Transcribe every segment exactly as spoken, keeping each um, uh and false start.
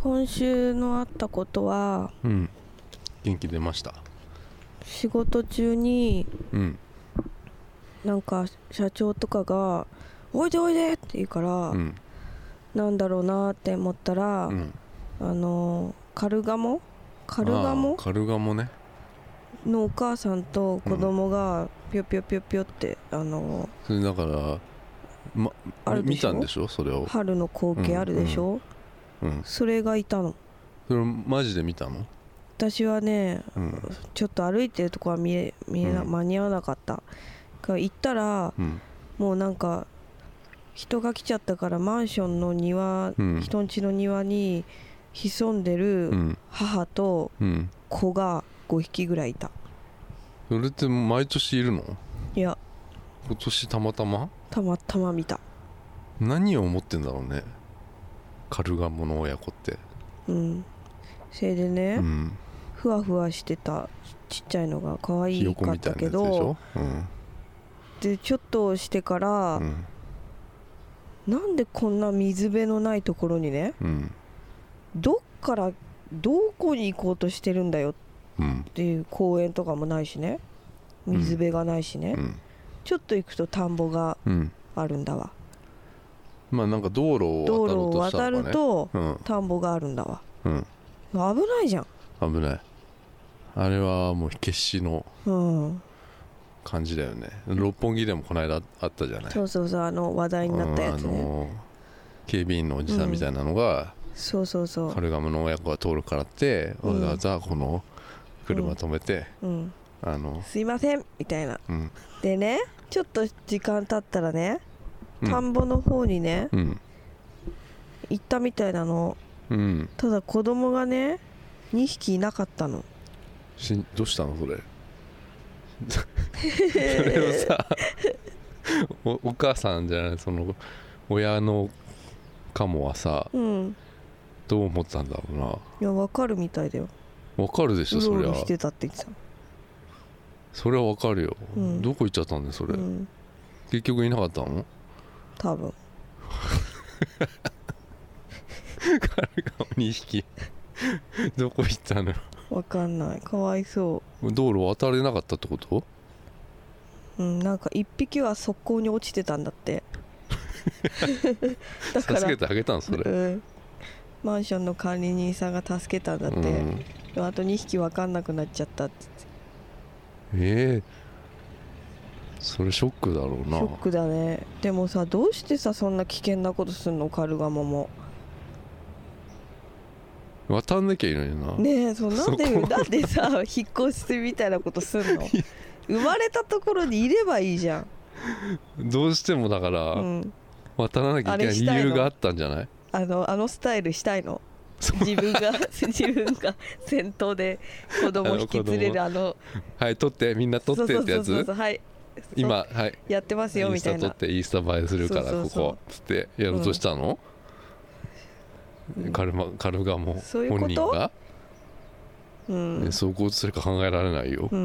今週のあったことは、 うん、元気出ました。 仕事中に、 うん、 なんか社長とかがおいでおいでって言うから、 うん、 なんだろうなって思ったら、 うん、 あのカルガモカルガモカルガモねのお母さんと子供がぴょぴょぴょぴょって、あのそれだから、ま、 あるでしょ、 見たんでしょそれを。 春の光景あるでしょ、 うんうん、 それがいたの。 それマジで見たの？ 私はね、 うん、 ちょっと歩いてるとこは見え見えな、うん、間に合わなかった。行ったら、うん、もうなんか人が来ちゃったから、マンションの庭、うん、人ん家の庭に潜んでる母と子がごひきぐらいいた。 それって毎年いるの？ いや、 今年たまたまたまたま見た。 何を思ってんだろうね、カルガモの親子って。うん、 それでね、うん、ふわふわしてたちっちゃいのが可愛いかったけど、うん、でちょっとしてから、うん、なんでこんな水辺のないところにね、うん、どっからどこに行こうとしてるんだよっていう、公園とかもないしね、水辺がないしね、うん、ちょっと行くと田んぼがあるんだわ、 うん、まあなんか道路を渡ろうとしたのかね、 道路を渡ると、うん、田んぼがあるんだわ、うん、危ないじゃん。 危ない。あれはもう決死の感じだよね、うん、六本木でもこの間あったじゃない。 そうそうそう、あの話題になったやつね、うん、あの警備員のおじさんみたいなのが、うん、 そうそうそう、 カルガモの親子が通るからって、わざわざこの車止めて、うんうん、あのすいませんみたいな、うん、でね、ちょっと時間経ったらね、田んぼの方にね、うん、行ったみたいなの、うん、ただ子供がねにひきいなかったの。 しどうしたのそれそれをさお, お母さんじゃない、その親のカモはさ、うん、どう思ったんだろうな。いや、分かるみたいだよ。 分かるでしょ、それは。うろうろしてたって言ってた。 それは分かるよ、うん、どこ行っちゃったんだよそれ、うん、結局いなかったの？ 多分カルガモにひきどこ行ったのよ。 分かんない、かわいそう。 道路渡れなかったってこと？ うん、なんか一匹は側溝に落ちてたんだってだから助けてあげたんそれ、うん、 マンションの管理人さんが助けたんだって、うん、あとにひき分かんなくなっちゃったって言って。ええー、それショックだろうな。 ショックだね。でもさ、どうしてさそんな危険なことすんの、カルガモも。 渡んなきゃいいのにな。 ねえ、そう、なんでなんでさ引っ越しみたいなことすんの生まれたところにいればいいじゃん。どうしてもだから、うん、渡らなきゃいけない理由があったんじゃない？ あの、あのスタイルしたいの。自分が自分が先頭で子供引き連れる、あのはい撮ってみんな撮ってってやつ。そうそうそうそう、 はい、 今はいやってますよみたいな。 インスタ撮ってインスタ映えするから、そうそうそう、ここつってやろうとしたの、うん、カルマカルガモ本人が。うん、ね、そうこうするか考えられないよ、うん、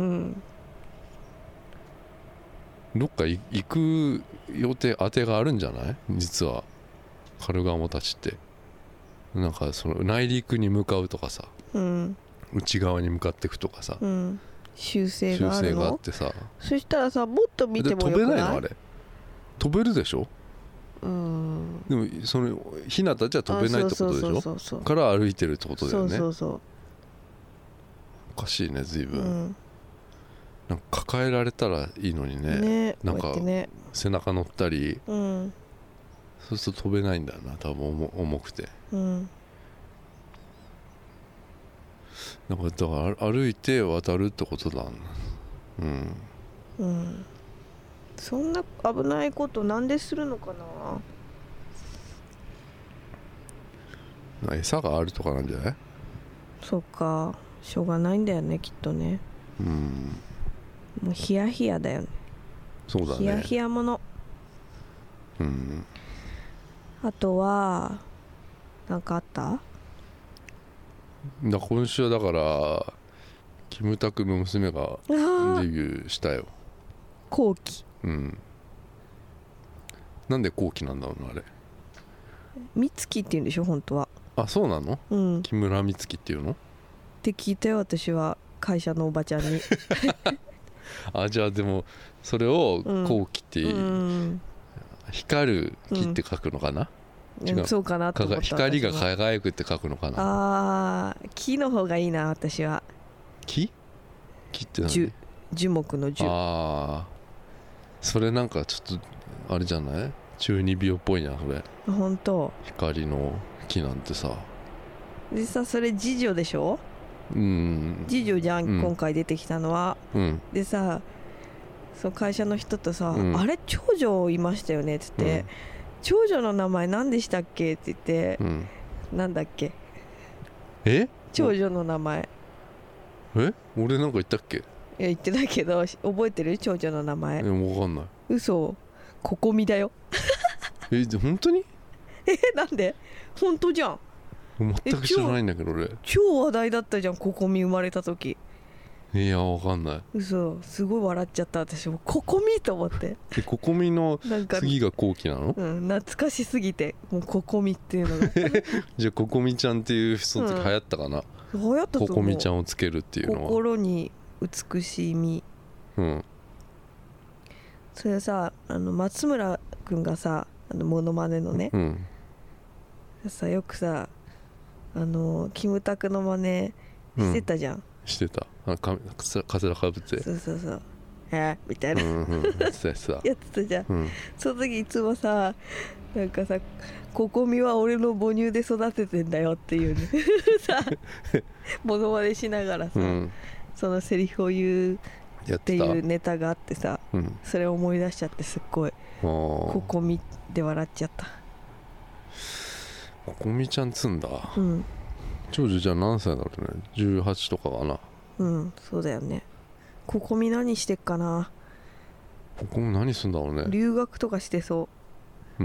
どっか行く予定当てがあるんじゃない？実はカルガモたちってなんかその内陸に向かうとかさ、うん、内側に向かっていくとかさ、うん、 習性があるの？習性があってさ、そしたらさ、もっと見てもよくない？ 飛べないのあれ？飛べるでしょ？うん、でもそのヒナたちは飛べないってことでしょ？そうそうそうそう、から歩いてるってことだよね。そうそうそう、おかしいね、随分、うん、なんか抱えられたらいいのに ね, ねなんか背中乗ったり、うん、そうすると飛べないんだよな、多分 重, 重くて、うん、なんかだから歩いて渡るってことだ、うん、 うん、そんな危ないことなんでするのかな。餌があるとかなんじゃない？ そっか、しょうがないんだよね、きっとね。うん、もうヒヤヒヤだよね。 そうだね、 ヒヤヒヤもの。うん。あとはなんかあった？ だ今週はだからキムタクの娘がデビューしたよ。 後期。 うん。なんで後期なんだろうな、あれ。 美月って言うんでしょ本当は。 ああ、そうなの？ うん、 木村美月っていうのって聞いたよ、私は会社のおばちゃんにあ、じゃあでもそれを後期って、うん、光る木って書くのかな、 うん、違う、そうかなと思った。 光が輝くって書くのかな。 あー、木の方がいいな、私は。 木？木って何？ 樹、樹木の樹。 ああ、それなんかちょっとあれじゃない？中二病っぽいな、それ。 本当。 光の木なんてさ。 でさ、それ次女でしょ？ うん、 次女じゃん、うん、今回出てきたのは、 うん、 でさ、そう会社の人とさ、うん、あれ長女いましたよねって言って、うん、長女の名前何でしたっけって言って、うん、なんだっけ、 え長女の名前、 え俺なんか言ったっけ？いや言ってないけど覚えてる？長女の名前。 え、分かんない。 嘘、ここみだよえ、本当に？ え、なんで？本当じゃん。 全く知らないんだけど俺。 超話題だったじゃん、ここみ生まれた時。 いや、わかんない。 嘘、すごい笑っちゃった。私もここみと思って。 でここみの次が後期なの？ うん、懐かしすぎて、もうここみっていうのがじゃあここみちゃんっていうその時流行ったかな、 うん、流行ったと思う。 ここみちゃんをつけるっていうのは心に美しいみ。 うん。 それさ、あの松村くんがさ、あのモノマネのね、うん、さ、よくさ、あのキムタクの真似してたじゃん、うん、 してた。あ、かかつらかぶって、 そうそうそう、えみたいな、 うんうん、やってたやつだやってたじゃん、うん、その時いつもさ、なんかさ、ここみは俺の母乳で育ててんだよっていうねさ、モノマネしながらさ、うん、そのセリフを言うっていうネタがあってさ、うん、それを思い出しちゃって、すっごいここみで笑っちゃった。 ここみちゃんつんだ、 うん、 長女じゃあ何歳だろうね。じゅうはちとかかな。 うん、そうだよね。ここみ何してっかな。 ここみ何すんだろうね。 留学とかしてそう。 うん、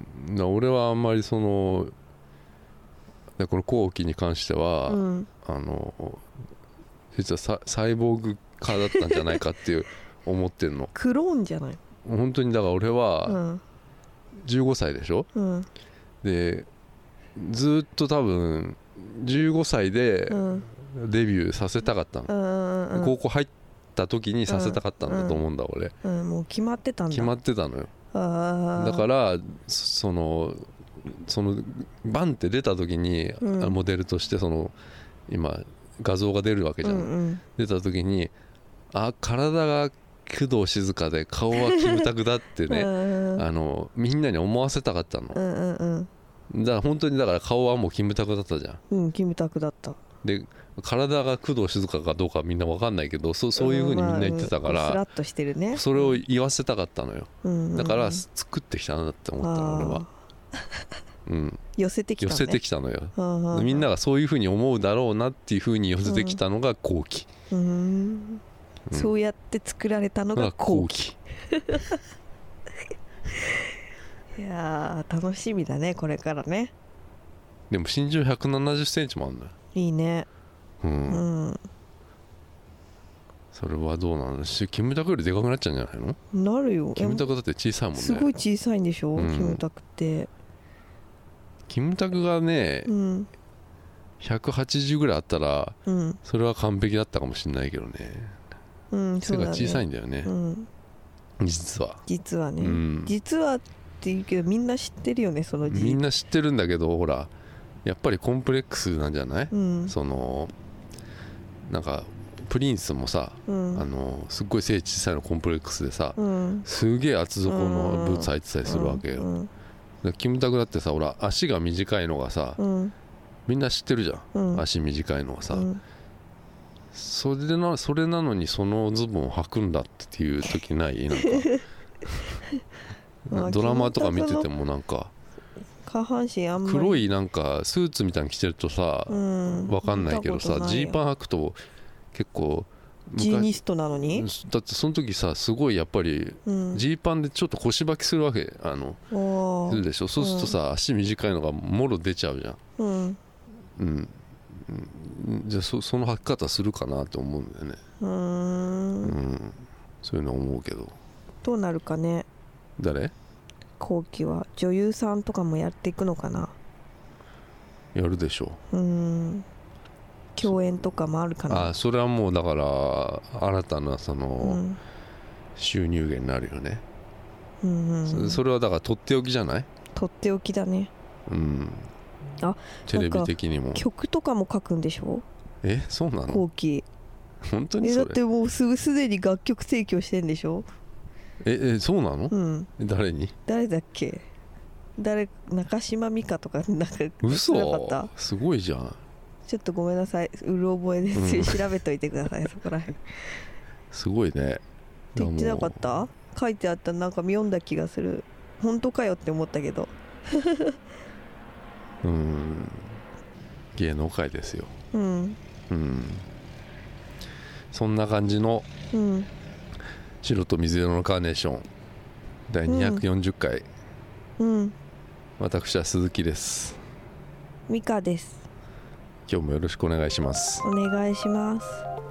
だ俺はあんまりそのこの後期に関しては、うん、あの実はサ、サイボーグ化だったんじゃないかっていう思ってんの。 クローンじゃない本当に。だから俺はじゅうごさいでしょ、うん、でずっと多分じゅうごさいでデビューさせたかったの、うんうん、高校入った時にさせたかったんだと思うんだ、俺、 うんうん、もう決まってたんだ。 決まってたのよ。あだからそのそのバンって出た時に、うん、モデルとしてその今画像が出るわけじゃん、うんうん、出た時にあ体が工藤静香で顔はキムタクだってねあのみんなに思わせたかったの、うんうんうん、だから本当にだから顔はもうキムタクだったじゃん。 うんキムタクだった。 で体が工藤静香かどうかみんな分かんないけど そ, そういう風にみんな言ってたから、うんまあ、 スラッとしてるね。 それを言わせたかったのよ、うんうんうん、だから作ってきたなって思ったの俺は、うん、 寄せてきた、ね、 寄せてきたのよ。みんながそういう風に思うだろうなっていう風に寄せてきたのが後期、うんうんうん、そうやって作られたのが後期いやー楽しみだねこれからね。 でも身長ひゃくななじゅっセンチもあるんだよ。 いいね、うん、うん、 それはどうなの。キムタクよりでかくなっちゃうんじゃないの。 なるよ。 キムタクだって小さいもんね。 すごい小さいんでしょ、うん、キムタクって。キムタクがね、うん、ひゃくはちじゅうぐらいあったら、うん、それは完璧だったかもしれないけどね、うん、背が小さいんだよね、うん、実は実はね、うん、実はって言うけどみんな知ってるよねそのみんな知ってるんだけどほらやっぱりコンプレックスなんじゃない、うん、そのなんかプリンスもさ、うん、あのすっごい背小さいのコンプレックスでさ、うん、すげえ厚底のブーツ履いてたりするわけよ、うんうん、キムタクだってさほら足が短いのがさ、うん、みんな知ってるじゃん、うん、足短いのはさ、うん、それでなそれなのにそのズボンを履くんだっていう時ないなんかドラマとか見ててもなんか下半身あんまり黒いなんかスーツみたいに着てるとさ、うん、分かんないけどさジーパン履くと結構ジーニストなのにだってその時さすごいやっぱりジーパンでちょっと腰履きするわけあのするでしょ。そうするとさ、うん、足短いのがもろ出ちゃうじゃん、うんうん、じゃあ そ, その履き方するかなと思うんだよね。うーん、うん、そういうの思うけどどうなるかね。 誰？ 後期は女優さんとかもやっていくのかな。 やるでしょう。 うん、共演とかもあるかな。 あ、それはもうだから新たなその、うん、収入源になるよね、うんうん、そ, それはだからとっておきじゃない？ とっておきだね。うん、あ、 テレビ的にも曲とかも書くんでしょ？ え、そうなの？ 後期本当にそれ？ え、だってもうすすでに楽曲提供してんでしょ？ ええ、そうなの？うん。誰に？ 誰だっけ？誰、中島美嘉とかなんか嘘？なかった？すごいじゃん。 ちょっとごめんなさい、うる覚えです、うん、調べといてくださいそこらへん。 すごいね。って言ってなかった？書いてあったなんか読んだ気がする。本当かよって思ったけど。 うーん、芸能界ですよ。うん、うん、そんな感じの、うん、白と水色のカーネーションだいにひゃくよんじゅっかい、うん、私は鈴木です。 美香です。 今日もよろしくお願いします。 お願いします。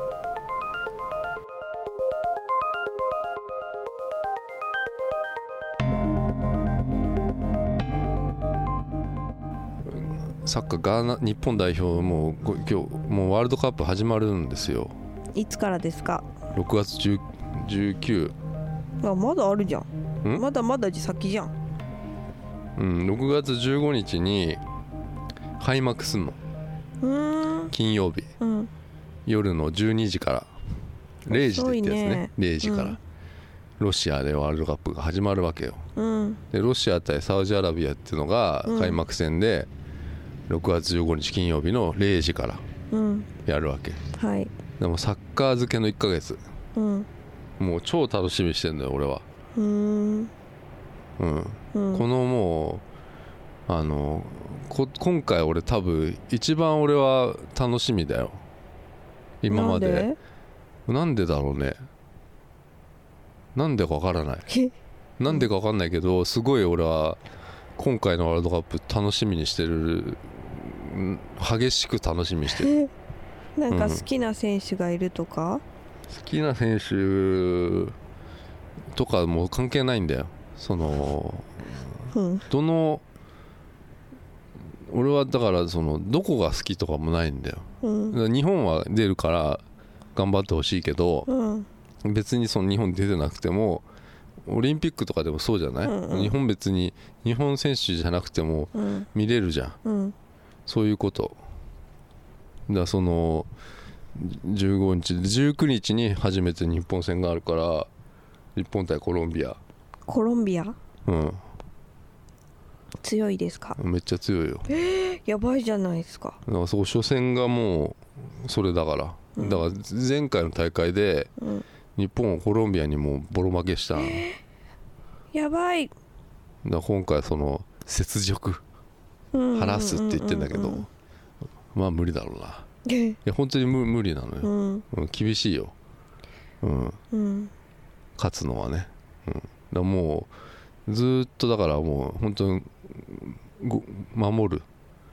サッカーガーナ日本代表も今日もうワールドカップ始まるんですよ。 いつからですか？ ろくがつじゅうく。 あ、まだあるじゃん。んまだまだ先じゃん。 うん、ろくがつじゅうごにちに開幕すんの。うーん、金曜日、うん、夜のじゅうにじかられいじでってやつね、ね、れいじから、うん、ロシアでワールドカップが始まるわけよ、うん、でロシア対サウジアラビアっていうのが開幕戦で、うん、ろくがつじゅうごにち金曜日のれいじからやるわけ、うん、はい。でもサッカー漬けのいっかげつ、うん、もう超楽しみにしてんだよ俺は。うーん、うん、うん、このもうあのこ今回俺多分一番俺は楽しみだよ今まで。なんで？なんでだろうね。なんでかわからないなんでかわかんないけど、すごい俺は今回のワールドカップ楽しみにしてる。激しく楽しみにしてる。 なんか好きな選手がいるとか、うん、好きな選手とかもう関係ないんだよ。その、うん、どの俺はだからそのどこが好きとかもないんだよ、うん、日本は出るから頑張ってほしいけど、うん、別にその日本出てなくてもオリンピックとかでもそうじゃない、うんうん、日本別に日本選手じゃなくても見れるじゃん、うん、そういうことだから。そのじゅうごにちじゅうくにちに初めて日本戦があるから、日本対コロンビア。 コロンビア、 うん、 強いですか？ めっちゃ強いよ。 えー、やばいじゃないですか。 だからそう初戦がもうそれだから、うん、だから前回の大会で日本はコロンビアにもうボロ負けしたの、えー、やばい。だから今回その雪辱晴らすって言ってんだけど、まあ無理だろうな。いや本当に 無, 無理なのよ、うんうん、厳しいよ、うんうん、勝つのはね、うん、だからもうずっとだからもう本当に守る。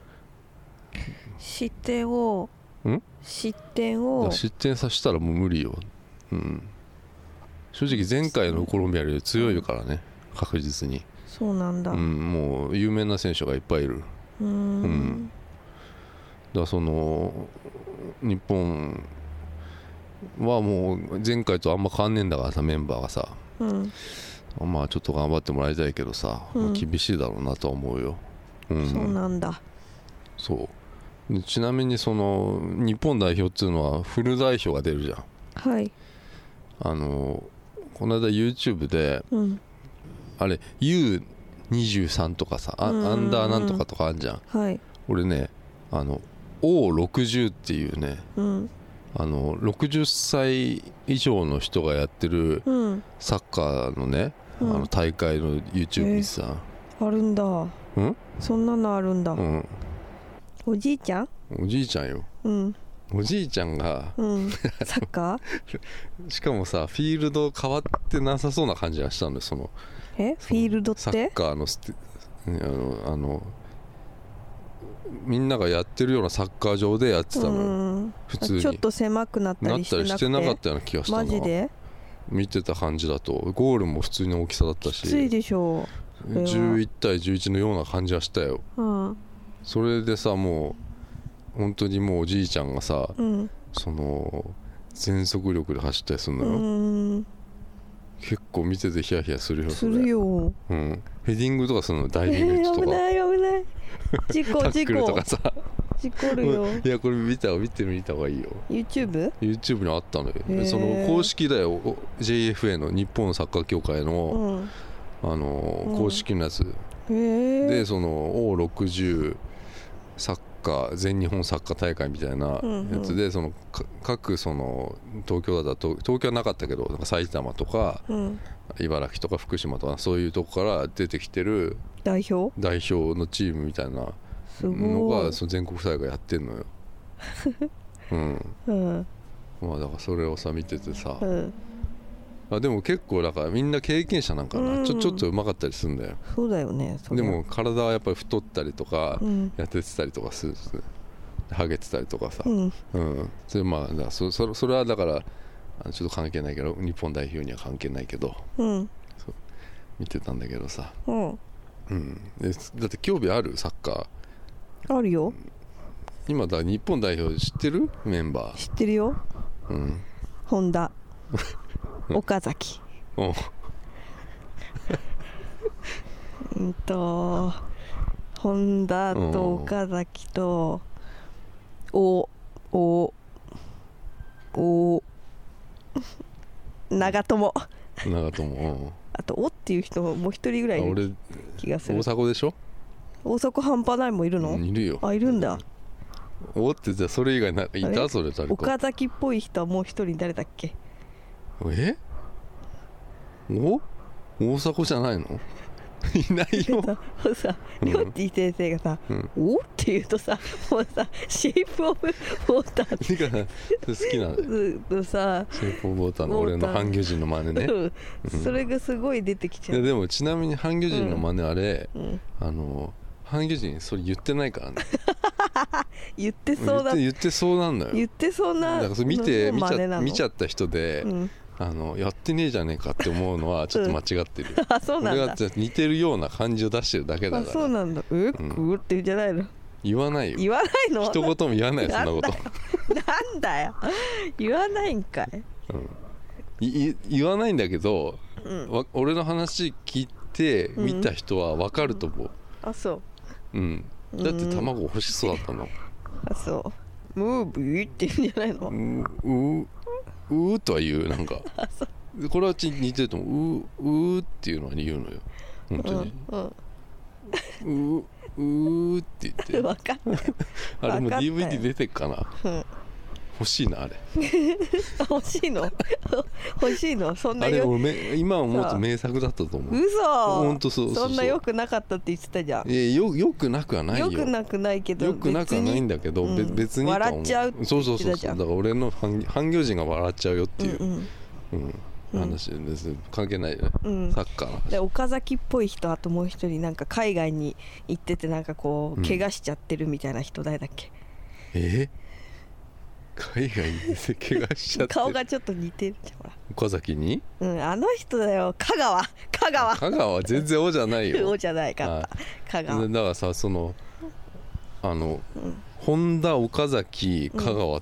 失点をん失点を失点させたらもう無理よ、うん、正直前回のコロンビアより強いからね、確実に。 そうなんだ、 うん、もう有名な選手がいっぱいいる。うーん、うん、だからその日本はもう前回とあんま変わんねえんだからさ、メンバーがさ、うん、まあちょっと頑張ってもらいたいけどさ、うん、厳しいだろうなとは思うよ、うん、 そうなんだ。 そうでちなみにその日本代表っていうのはフル代表が出るじゃん。はい。あのこの間 YouTube で、うん、あれ ユーにじゅうさん とかさ、アンダーなんとかとかあんじゃん、はい、俺ねあの オーろくじゅう っていうね、うん、あのろくじゅっさい以上の人がやってるサッカーのね、うん、あの大会の YouTube にさ、 えー、あるんだ。うん、そんなのあるんだ、うん、おじいちゃんおじいちゃんよ、うん、おじいちゃんが、うん、 サッカーしかもさフィールド変わってなさそうな感じがしたんで、そのえフィールドってサッカーのステあのあのみんながやってるようなサッカー場でやってたの、うん、普通にちょっと狭くなったりしてなくてなったりしてなかったような気がしたな。 マジで見てた感じだとゴールも普通に大きさだったし、 きついでしょう。 じゅういちたいじゅういちのような感じはしたよ、うん、 それでさもう本当にもうおじいちゃんがさ、 うん、 その全速力で走ったりするのよ、うん、結構見ててヒヤヒヤするよ。 するよ、 うん、ヘディングとかするの、ダイビングエッジとか、 危ない危ない事故タックルとかさ事故るよ。 いやこれ見た見てみた方がいいよ。 YouTube? YouTube にあったのよ。その公式だよ ジェイエフエー の日本サッカー協会の、うん、あの、うん、公式のやつ、へでその オーろくじゅう サッカー全日本サッカー大会みたいなやつで、うんうん、その各その東京だと東京はなかったけどなんか埼玉とか、うん、茨城とか福島とかそういうとこから出てきてる代表代表のチームみたいなのがその全国大会やってんのようん、うん、まあだからそれをさ見ててさ、うん、あでも結構だからみんな経験者なんかな、うん、ちょ, ちょっと上手かったりするんだよ。 そうだよね。 でも体はやっぱり太ったりとか、うん、やってたりとかする、ハゲてたりとかさ、うんうん、それまあだ そ, そ, それはだからちょっと関係ないけど日本代表には関係ないけど、うん、そう見てたんだけどさ、うんうん、でだって興味あるサッカーあるよ。 今だ日本代表知ってるメンバー？ 知ってるよ、うん、本田岡崎うんと本田と岡崎とおおお長友長友あとおっていう人もう一人ぐらいいる気がする。 大迫でしょ。 大迫半端ないもいるの？ いるよ。 あいるんだ。 おってじゃあそれ以外ないた？それ誰か岡崎っぽい人はもう一人誰だっけ？ え？お？大迫じゃないの？いないよ。 さ、りょうてぃ先生がさ、うん、おって言うとさ、もうさ、シェイプオブウォーターって好きなのさ、シェイプオブウォーターの俺の半魚人の真似ね、うんうん、それがすごい出てきちゃう。 いやでもちなみに半魚人の真似あれ、うん、あの半魚人それ言ってないからね言ってそうだ、 言って、言ってそうなんだよ。 言ってそうな、 だからそれ見て見ちゃ、見ちゃった人で、うんあのやってねえじゃねえかって思うのはちょっと間違ってる、うん、 あそうなんだ。俺が似てるような感じを出してるだけだから。 あそうなんだ。うっ、うん、うって言うんじゃないの？ 言わないよ。 言わないの？ 一言も言わないよそんなこと。 なんだよ言わないんかい、 うん、い言わないんだけど、うん、俺の話聞いて見た人は分かると思う、うん、 あそう、 うん、だって卵欲しそうだったの、うん、 あそうムービーって言うんじゃないの？ うううーとは言うなんかこれはち似てると思う。ううーっていうのは言うのよ本当に、うんうん、ううーって言って分かったあれも ディーブイディー 出てっかな、うん、欲しいなあれ欲しいの欲しいのそんな。あれ今思うと名作だったと思う。 嘘。 本当そうそうそう。 そんな良くなかったって言ってたじゃん。 いやよよくなくはないよ。 よくなくないけどよくなくはないんだけど、うん、別に笑っちゃうって言ってたじゃん。 そうそうそう。だから俺の半半魚人が笑っちゃうよっていう、うんうんうん、話です。関係ないよね、うん、サッカーの話で。岡崎っぽい人、あともう一人なんか海外に行っててなんかこう怪我しちゃってるみたいな人誰だっけ？ うん、え海外に怪我しちゃって顔がちょっと似てるじゃん。ほら岡崎に、 うん、あの人だよ。香川香川香川全然王じゃないよ王じゃないかった香川だからさ、そのあの、うん、本田岡崎香川って、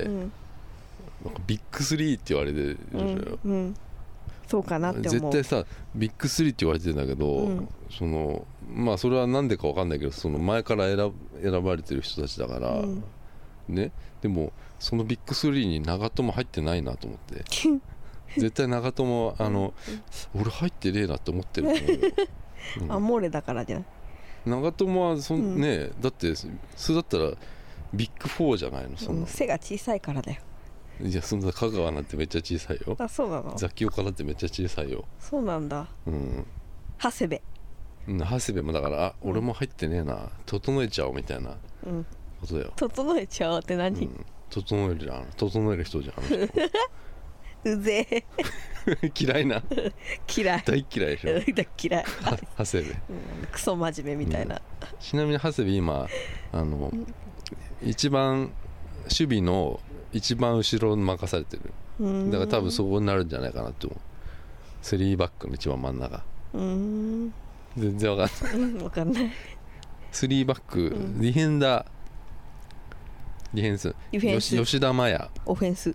うんうん、なんかビッグスリーって言われてるじゃん、うんうん、 そうかなって思う。 絶対さビッグスリーって言われてるんだけど、うん、そのまあそれはなんでか分かんないけど、その前から選, 選ばれてる人たちだから、うん、ね。でもそのビッグスリーに長友入ってないなと思って絶対長友あの、うん、俺入ってねえなって思ってると思うよ、 うん、アモーレだからじゃない。 長友はそ、うん、ねだってそれだったらビッグフォーじゃないのそんな、うん、 背が小さいからだよ。 いやそんな香川なんてめっちゃ小さいよ。 あそうなの。 ザキオカだってめっちゃ小さいよ。 そうなんだ。うん長谷部、 うん、長谷部もだからあ、うん、俺も入ってねえな整えちゃおうみたいなことだよ、 うん、整えちゃおうって何、うん、 整えるじゃん。整える人じゃんうぜえ嫌いな嫌い大嫌いでしょ大嫌い長谷部、うん、 クソ真面目みたいな、うん、 ちなみに長谷部今あの、うん、一番守備の一番後ろに任されてる。だから多分そこになるんじゃないかなって思う。スリーバックの一番真ん中。うーん全然わかんない、 うん、わかんないスリーバック、うん、ディフェンダーディフェンス、 ディフェンス吉田麻也オフェンス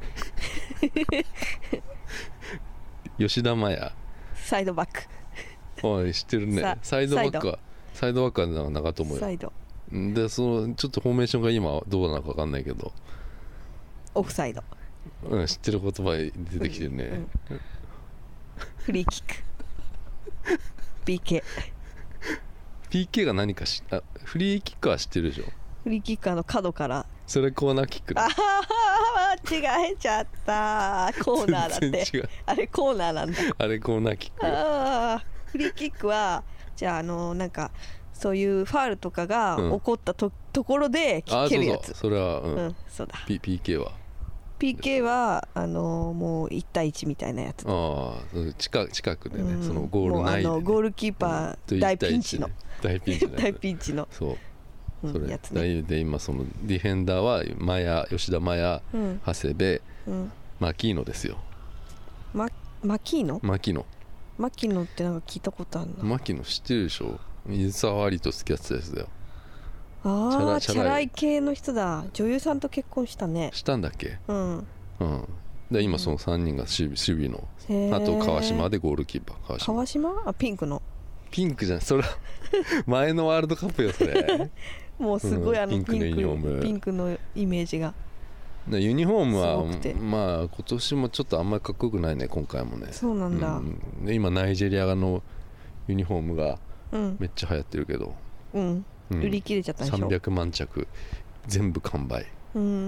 吉田麻也サイドバックおい知ってるね。サイドバックはサイドバックは長友よ。 サイドでそのちょっとフォーメーションが今どうなのか分かんないけどオフサイド、 うん、知ってる言葉出てきてるね、うんうん、 フリーキックピーケーピーケー が何かしあフリーキックは知ってるでしょ。 フリーキックの角からそれコーナーキックだ。 あ間違えちゃったコーナーだって違うあれコーナーなんだあれコーナーキックあフリーキックはじゃああのなんかそういうファールとかが起こったと、うん、ところで蹴るやつ。 あそうそうそれは、うんうん、そうだ。 P、ピーケー はピーケー はあのもういち対いちみたいなやつ。 ああ近近くでね、うん、そのゴール内で、ね、 あのゴールキーパー、うん、大ピンチの大ピンチの大ピンチのそうそれ、 うん、やつね。 で今そのディフェンダーはマヤ吉田麻也、うん、長谷部、うん、マキーノですよ。 ママキーノマキノマキノってなんか聞いたことあるな。 マキノ知ってるでしょ。水沢アリと付き合ってたやつだよ。 ああチャラい系の人だ。女優さんと結婚したね。 したんだっけ。 うんうんで今そのさんにんが守備、守備のあと川島でゴールキーパー。川島川島あピンクのピンクじゃんそれ前のワールドカップよそれもうすごい、うん、あのピンクのユニフォームピンクのイメージがユニフォームはまあ今年もちょっとあんまりかっこよくないね今回もね。 そうなんだ、 うん、今ナイジェリアのユニフォームがめっちゃ流行ってるけど、 うん、うん、売り切れちゃったでしょ。 さんびゃくまん着全部完売、 うんうん、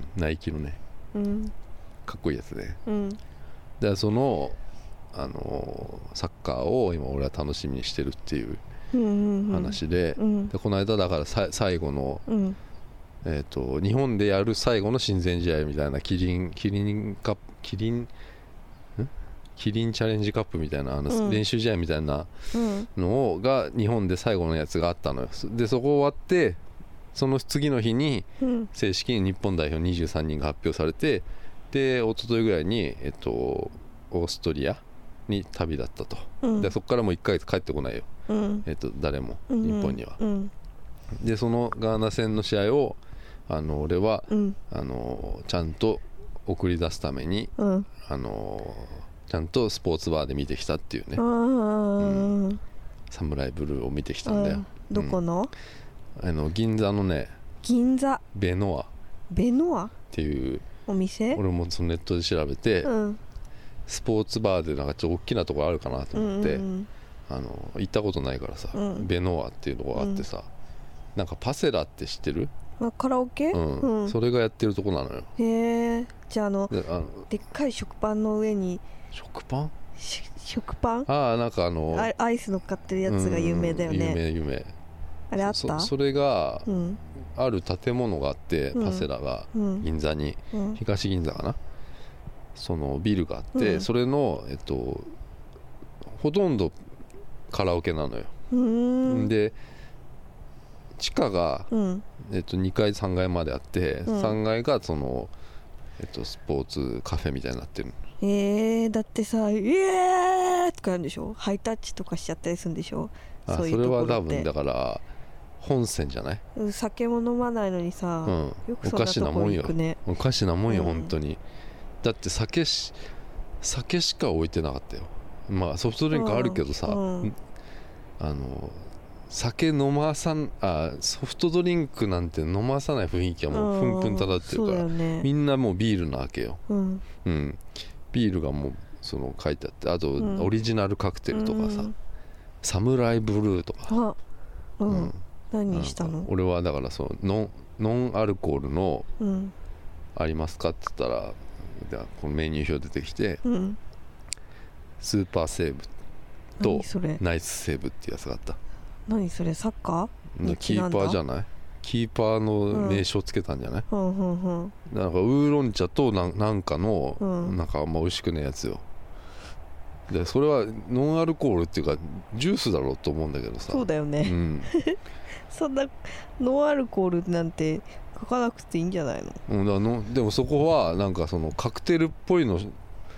ナイキのね、 うん、 かっこいいやつね、 うん、 でそのあのサッカーを今俺は楽しみにしてるっていう話で、うんうんうん、でこの間だからさ最後の、うんえー、と日本でやる最後の親善試合みたいなキリンキリンカップキリンキリンチャレンジカップみたいなあの、うん、練習試合みたいなのが日本で最後のやつがあったのよ。でそこ終わってその次の日に正式に日本代表にじゅうさんにんが発表されて、で一昨日ぐらいに、えっと、オーストリアに旅立ったと、うん、でそこからもういっかげつ帰ってこないよ、うんえっと、誰も日本には、うん、でそのガーナ戦の試合をあの俺は、うん、あのちゃんと送り出すために、うん、あのちゃんとスポーツバーで見てきたっていうね、うん、サムライブルーを見てきたんだよ。 どこの？ あの銀座のね銀座ベノアベノアっていうお店。 俺もそのネットで調べて、うん、スポーツバーでなんかちょっと大きなところあるかなと思って、うんうんうん、あの行ったことないからさ、うん、ベノアっていうところがあってさ、うん、なんかパセラって知ってる？ あカラオケ、 うんうん、それがやってるとこなのよ。 へえ。じゃああのであのでっかい食パンの上に食パン食パンああなんかあのアイス乗っかってるやつが有名だよね。 有名有名。 あれあった？ そ, それが、うん、ある建物があって、うん、パセラが銀座に、うん、東銀座かな、そのビルがあって、うん、それの、えっと、ほとんどカラオケなのよ。うんで地下が、うんえっと、にかいさんがいまであって、うん、さんがいがその、えっと、スポーツカフェみたいになってる。 えー、だってさイエーとかやるんでしょ。ハイタッチとかしちゃったりするんでしょ。 あそういうところってそれは多分だから本線じゃない。 酒も飲まないのにさ、うん、よくそんなとこ行くね。 おかしなもんよ、うん、本当に。だって酒し酒しか置いてなかったよ。まあソフトドリンクあるけどさ、うんうん、あの酒飲まさんあソフトドリンクなんて飲まさない雰囲気はもうプンプン漂ってるから、ね、みんなもうビールなわけよ、うんうん、ビールがもうその書いてあって、あとオリジナルカクテルとかさ、うん、サムライブルーとか、 あ、うんうん、何したの？ 俺はだからそのノン、ノンアルコールの、うん、ありますかって言ったらこのメニュー表出てきて、うん、スーパーセーブとナイスセーブってやつがあった。 何それ？サッカー？ キーパーじゃない？キーパーの名称つけたんじゃない？うんうんうん、なんかウーロン茶とな ん, なんかの、うん、なんかあんま美味しくねえやつよ。でそれはノンアルコールっていうかジュースだろうと思うんだけどさ。 そうだよね、うん、そんなノンアルコールなんて書かなくていいんじゃないの？ うん、だのでもそこはなんかそのカクテルっぽいの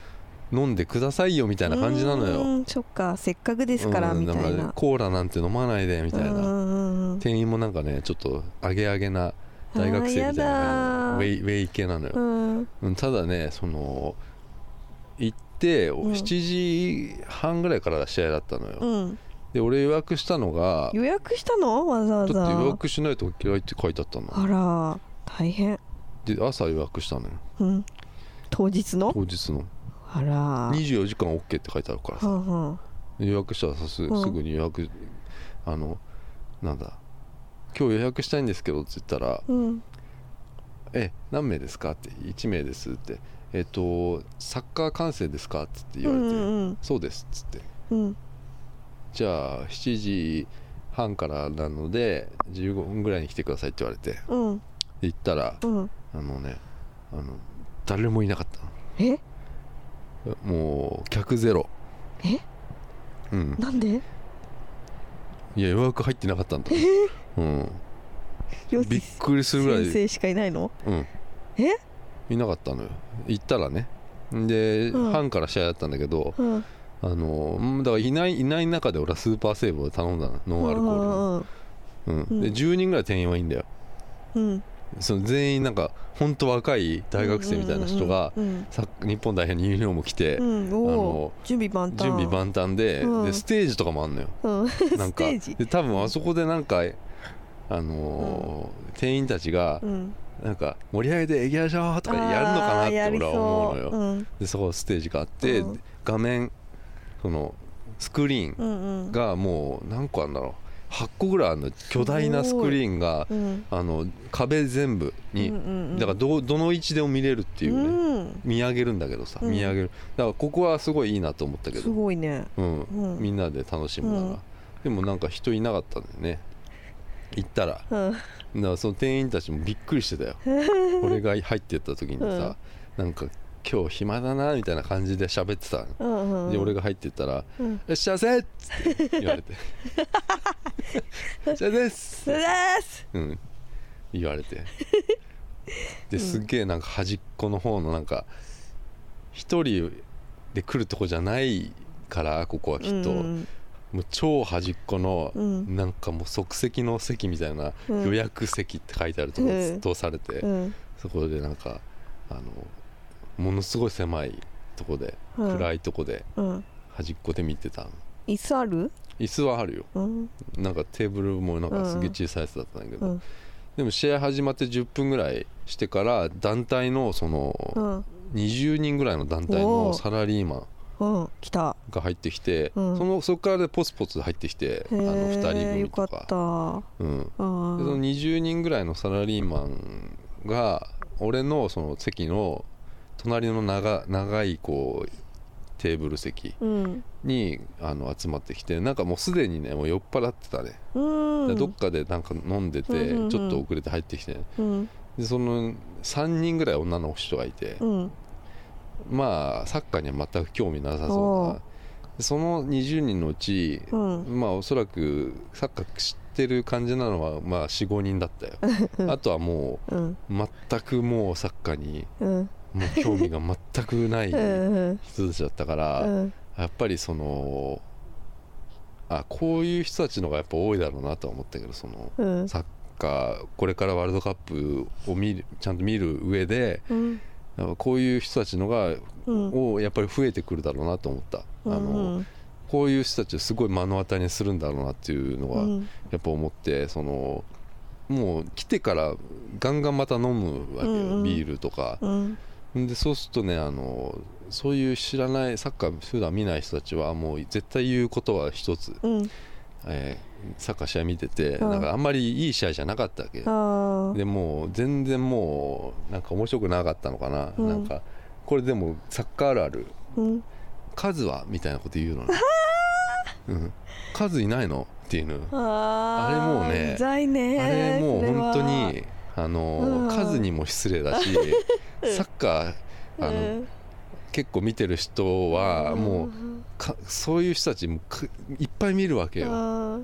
飲んでくださいよみたいな感じなのよ。 うん、そっか、せっかくですからみたいな、うん、だからコーラなんて飲まないでみたいな、うん、店員もなんかねちょっとアゲアゲな大学生みたいなウェイ、ウェイ系なのよ、うん、ただねその行ってしちじはんぐらいから試合だったのよ、うん、で俺予約したのが予約したのわざわざ。 だって予約しないと嫌いって書いてあったの。 あら大変で朝予約したのよ、うん、 当日の当日のあらにじゅうよじかん OK って書いてあるからさ、はんはん予約したらさ す, すぐに予約、うん、あのなんだ今日予約したいんですけどって言ったら、うん、え何名ですかっていち名ですってえっ、ー、とサッカー観戦ですかって言われて、うんうん、そうですっつって、うん、じゃあしちじはんからなのでじゅうごふんぐらいに来てくださいって言われて、うん、で行ったら、うん、あのねあの誰もいなかったの。えもう客ゼロ。 えうんなんで。 いや予約入ってなかったんだ、うん、びっくりするぐらい先生しかいないの。 うんえいなかったのよ行ったらね。で、うん、半から試合だったんだけど、うん、あのだからいないいない中で俺はスーパーセーブを頼んだのノンアルコールの、うんうん、でじゅうにんぐらい店員はいいんだよ、うん、その全員なんか本当若い大学生みたいな人が日本代表のユニフォーム着て、うん、あの準備万端準備万端 で,、うん、でステージとかもあんのよ、うん、なんかで多分あそこでなんかあのーうん、店員たちが、うんなんか盛り上げていきましょうとかやるのかなって俺は思うのよ、うん、でそこステージがあって、うん、画面そのスクリーンがもう何個あるんだろうはっこぐらいあるの巨大なスクリーンが、うん、あの壁全部に、うんうんうん、だから ど, どの位置でも見れるっていうね、うん、見上げるんだけどさ、うん、見上げるだからここはすごいいいなと思ったけどすごいね、 うんうん、みんなで楽しむなら、うん、でもなんか人いなかったんだよね行ったら、うん、だからその店員たちもびっくりしてたよ俺が入ってった時にさ、うん、なんか今日暇だなみたいな感じで喋ってた、うんうん、で俺が入ってったら「うん、いらっしゃいませ!」って言われて「いらっしゃいです!」うん言われてですっげえなんか端っこの方のなんか一人で来るとこじゃないからここはきっと、うんもう超端っこの、うん、なんかもう即席の席みたいな、うん、予約席って書いてあるところに通されて、うん、そこでなんかあのものすごい狭いとこで、うん、暗いとこで、うん、端っこで見てたの。 椅子ある？ 椅子はあるよ、うん、なんかテーブルもなんかすげえ小さいやつだったんだけど、うん、でも試合始まってじゅっぷんぐらいしてから団体のその、うん、にじゅうにんぐらいの団体のサラリーマンうん、来たが入ってきて、うん、そのそこからでポツポツ入ってきてあのふたり組とか、よかった、うん、でそのにじゅうにんぐらいのサラリーマンが俺のその席の隣の 長, 長いこうテーブル席に、うん、あの集まってきてなんかもうすでにねもう酔っ払ってたね、うん、でどっかでなんか飲んでて、うんうんうん、ちょっと遅れて入ってきて、うん、でそのさんにんぐらい女の人がいて、うんまあサッカーには全く興味なさそうなそのにじゅうにんのうち、うん、まあおそらくサッカー知ってる感じなのはまあ よん,ご 人だったよあとはもう、うん、全くもうサッカーに、うん、もう興味が全くない人たちだったから、うん、やっぱりそのあこういう人たちのがやっぱ多いだろうなとは思ったけどその、うん、サッカーこれからワールドカップを見るちゃんと見る上で、うんこういう人たちのが、うん、をやっぱり増えてくるだろうなと思った、うんうん、あのこういう人たちをすごい目の当たりにするんだろうなっていうのはやっぱ思ってそのもう来てからガンガンまた飲むわけよ、うんうん、ビールとか、うん、でそうするとねあのそういう知らないサッカー普段見ない人たちはもう絶対言うことは一つ、うんえーサッカー試合見ててなんかあんまりいい試合じゃなかったわけでもう全然もうなんか面白くなかったのかな、うん、なんかこれでもサッカーあるある、うん、数はみたいなこと言うのね、うん、数いないのっていうの あ, あれもうねうざいねあれもう本当にあの数にも失礼だしサッカーあの、うん結構見てる人はもうかそういう人たちもいっぱい見るわけよ、うん、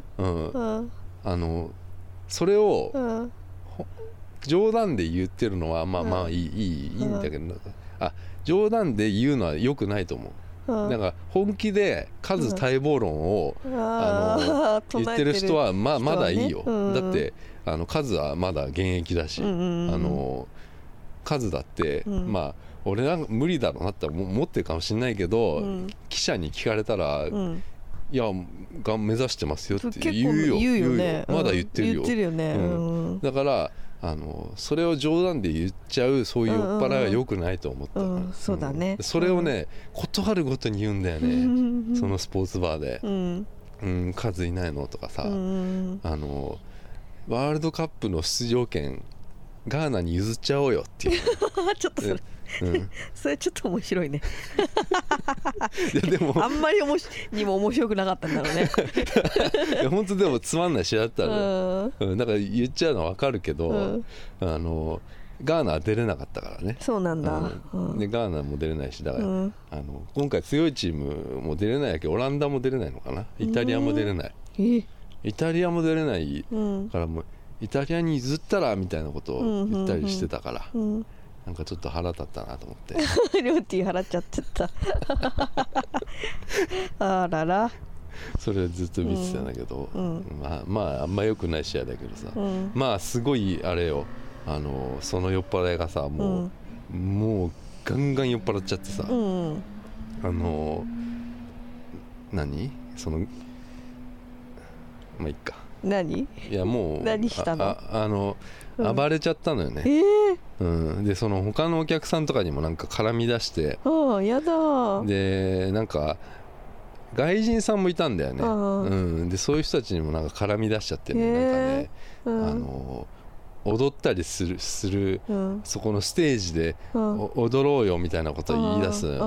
あのそれを冗談で言ってるのはまあまあいい、いい、いいんだけどあ冗談で言うのは良くないと思う。なんか本気で数待望論を、うん、あの言ってる人は ま, まだいいよ、うん、だってあの数はまだ現役だし、うんうんうん、あの数だって、うん、まあ俺は無理だろうなって思ってるかもしれないけど、うん、記者に聞かれたら、うん、いやが目指してますよって言うよ、 言うよね、 言うよ、まだ言ってるよ、 言ってるよね、うんうん、だからあのそれを冗談で言っちゃうそういう酔っ払いは良くないと思った、うんうん、そうだね、 うん、それをね断るごとに言うんだよね、うん、そのスポーツバーで、うんうん、数いないのとかさ、うん、あのワールドカップの出場権ガーナに譲っちゃおうよっていうちょっとそれ、うん、それちょっと面白いねいやでもあんまりおもしにも面白くなかったんだろうねいや本当でもつまんない試合だったの、うん、だから言っちゃうのは分かるけど、うん、あのガーナは出れなかったからね。 そうなんだ、 うん、でガーナも出れないしだから、うん、あの今回強いチームも出れないけどオランダも出れないのかな、イタリアも出れない、うん、イタリアも出れないからもうイタリアに譲ったらみたいなことを言ったりしてたから、うんうんうん、なんかちょっと腹立ったなと思ってリョーティー払っちゃってたあららそれずっと見てたんだけど、うんうん、まあまああんま良くない試合だけどさ、うん、まあすごいあれよ、あのその酔っ払いがさもう、うん、もうガンガン酔っ払っちゃってさ、うん、あの何そのまあいっか何いやもう何したのあ, あ, あの、うん、暴れちゃったのよね、 えーうん、でその他のお客さんとかにもなんか絡み出して、 ああやだでなんか外人さんもいたんだよね、うん、でそういう人たちにもなんか絡み出しちゃってね、えー、なんかね、うん、あの踊ったりする、する、うん、そこのステージで、うん、踊ろうよみたいなことを言い出す、うん、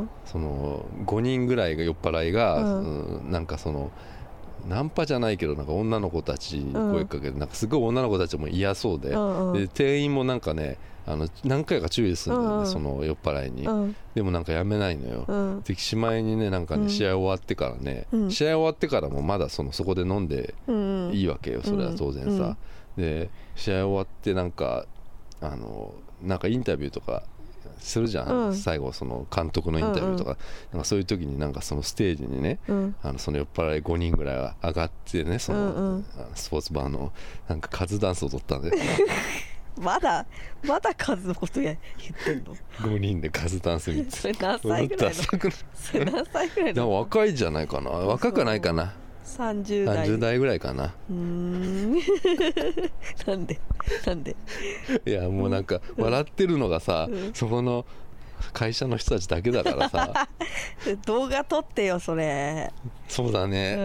そのごにんぐらいが酔っ払いが、うんうん、なんかそのナンパじゃないけどなんか女の子たちに声かけて、うん、なんかすごい女の子たちも嫌そうで、うんうん、で店員もなんかねあの何回か注意するんだよね、うん、その酔っ払いに、うん、でもなんかやめないのよ、うん、でしまいにねなんかね試合終わってからね、うん、試合終わってからもまだそのそこで飲んでいいわけよ、それは当然さ、うん、で試合終わってなんかあのなんかインタビューとかするじゃん、うん、最後その監督のインタビューとか、うんうん、なんかそういう時になんかそのステージにね、うん、あのその酔っ払いごにんぐらいが上がってねその、うんうん、スポーツバーのなんかカズダンスを踊ったんでまだまだカズのことや言ってんのごにんでカズダンス見てそれ何歳ぐらいのそれ何歳ぐらいの若いじゃないかな、若くないかな、 さんじゅう代さんじゅう代ぐらいかな。 うーんなんでなんでいやもうなんか笑ってるのがさ、うん、そこの会社の人たちだけだからさ動画撮ってよそれ。 そうだね、うん、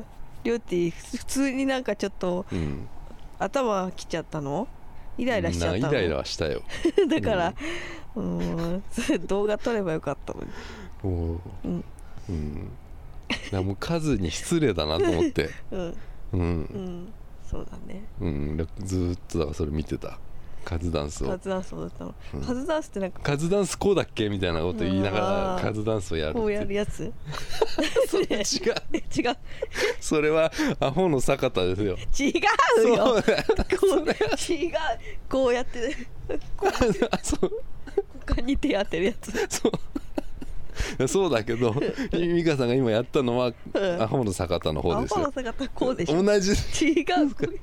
りょうてぃ普通になんかちょっと、うん、頭きちゃったの、イライラしちゃったの。 イライラはしたよだから、うん、うんそれ動画撮ればよかったのに。 おうん、うんだもう数に失礼だなと思ってうん、うんうん、 そうだね、 うん、ずっとだからそれ見てたカズダンスを。 カズダンスをだったの、うん、カズダンスってなんかカズダンスこうだっけみたいなこと言いながらカズダンスをやるこうやるやつそれ違う違うそれはアホの坂田ですよ。 違うよこう違うこうやってこうやってそう他に手当てるやつそうそうだけど美香さんが今やったのは、うん、アホの坂田の方ですよ。 アホの坂田こうでしょ。 同じ違う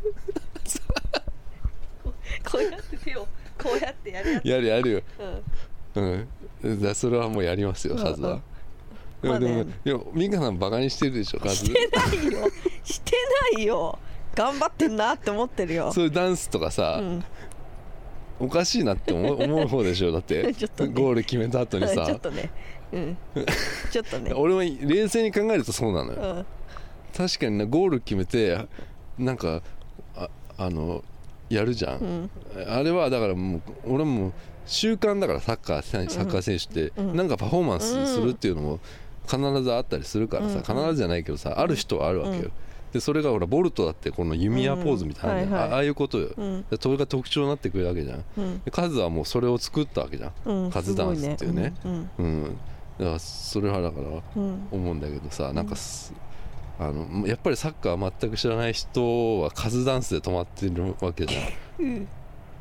こうやって手をこうやってやるやつやるやるよ、うん、うん、だそれはもうやりますよ、カズは、うん、でも、まあね、でも美香さんバカにしてるでしょ、カズ。 してないよしてないよ、頑張ってんなって思ってるよ。 そういうダンスとかさ、うん、おかしいなって思う、思う方でしょだってちょっと、ね、ゴール決めた後にさちょっとね、うん、ちょっとね俺も冷静に考えるとそうなのよ、うん、確かにねゴール決めてなんか あ, あのやるじゃん、うん、あれはだからもう俺も習慣だからサッカー、サッカー選手って、うん、なんかパフォーマンスするっていうのも必ずあったりするからさ、うん、必ずじゃないけどさ、ある人はあるわけよ、うん、でそれがほらボルトだってこの弓矢ポーズみたいな、うんはいはい、あ, ああいうことよ、うん、でそれが特徴になってくるわけじゃん、うん、でカズはもうそれを作ったわけじゃん、うん、カズダンスっていうね、うんうん、だからそれはだから思うんだけどさ、うん、なんかあのやっぱりサッカー全く知らない人はカズダンスで止まってるわけじゃん、うん、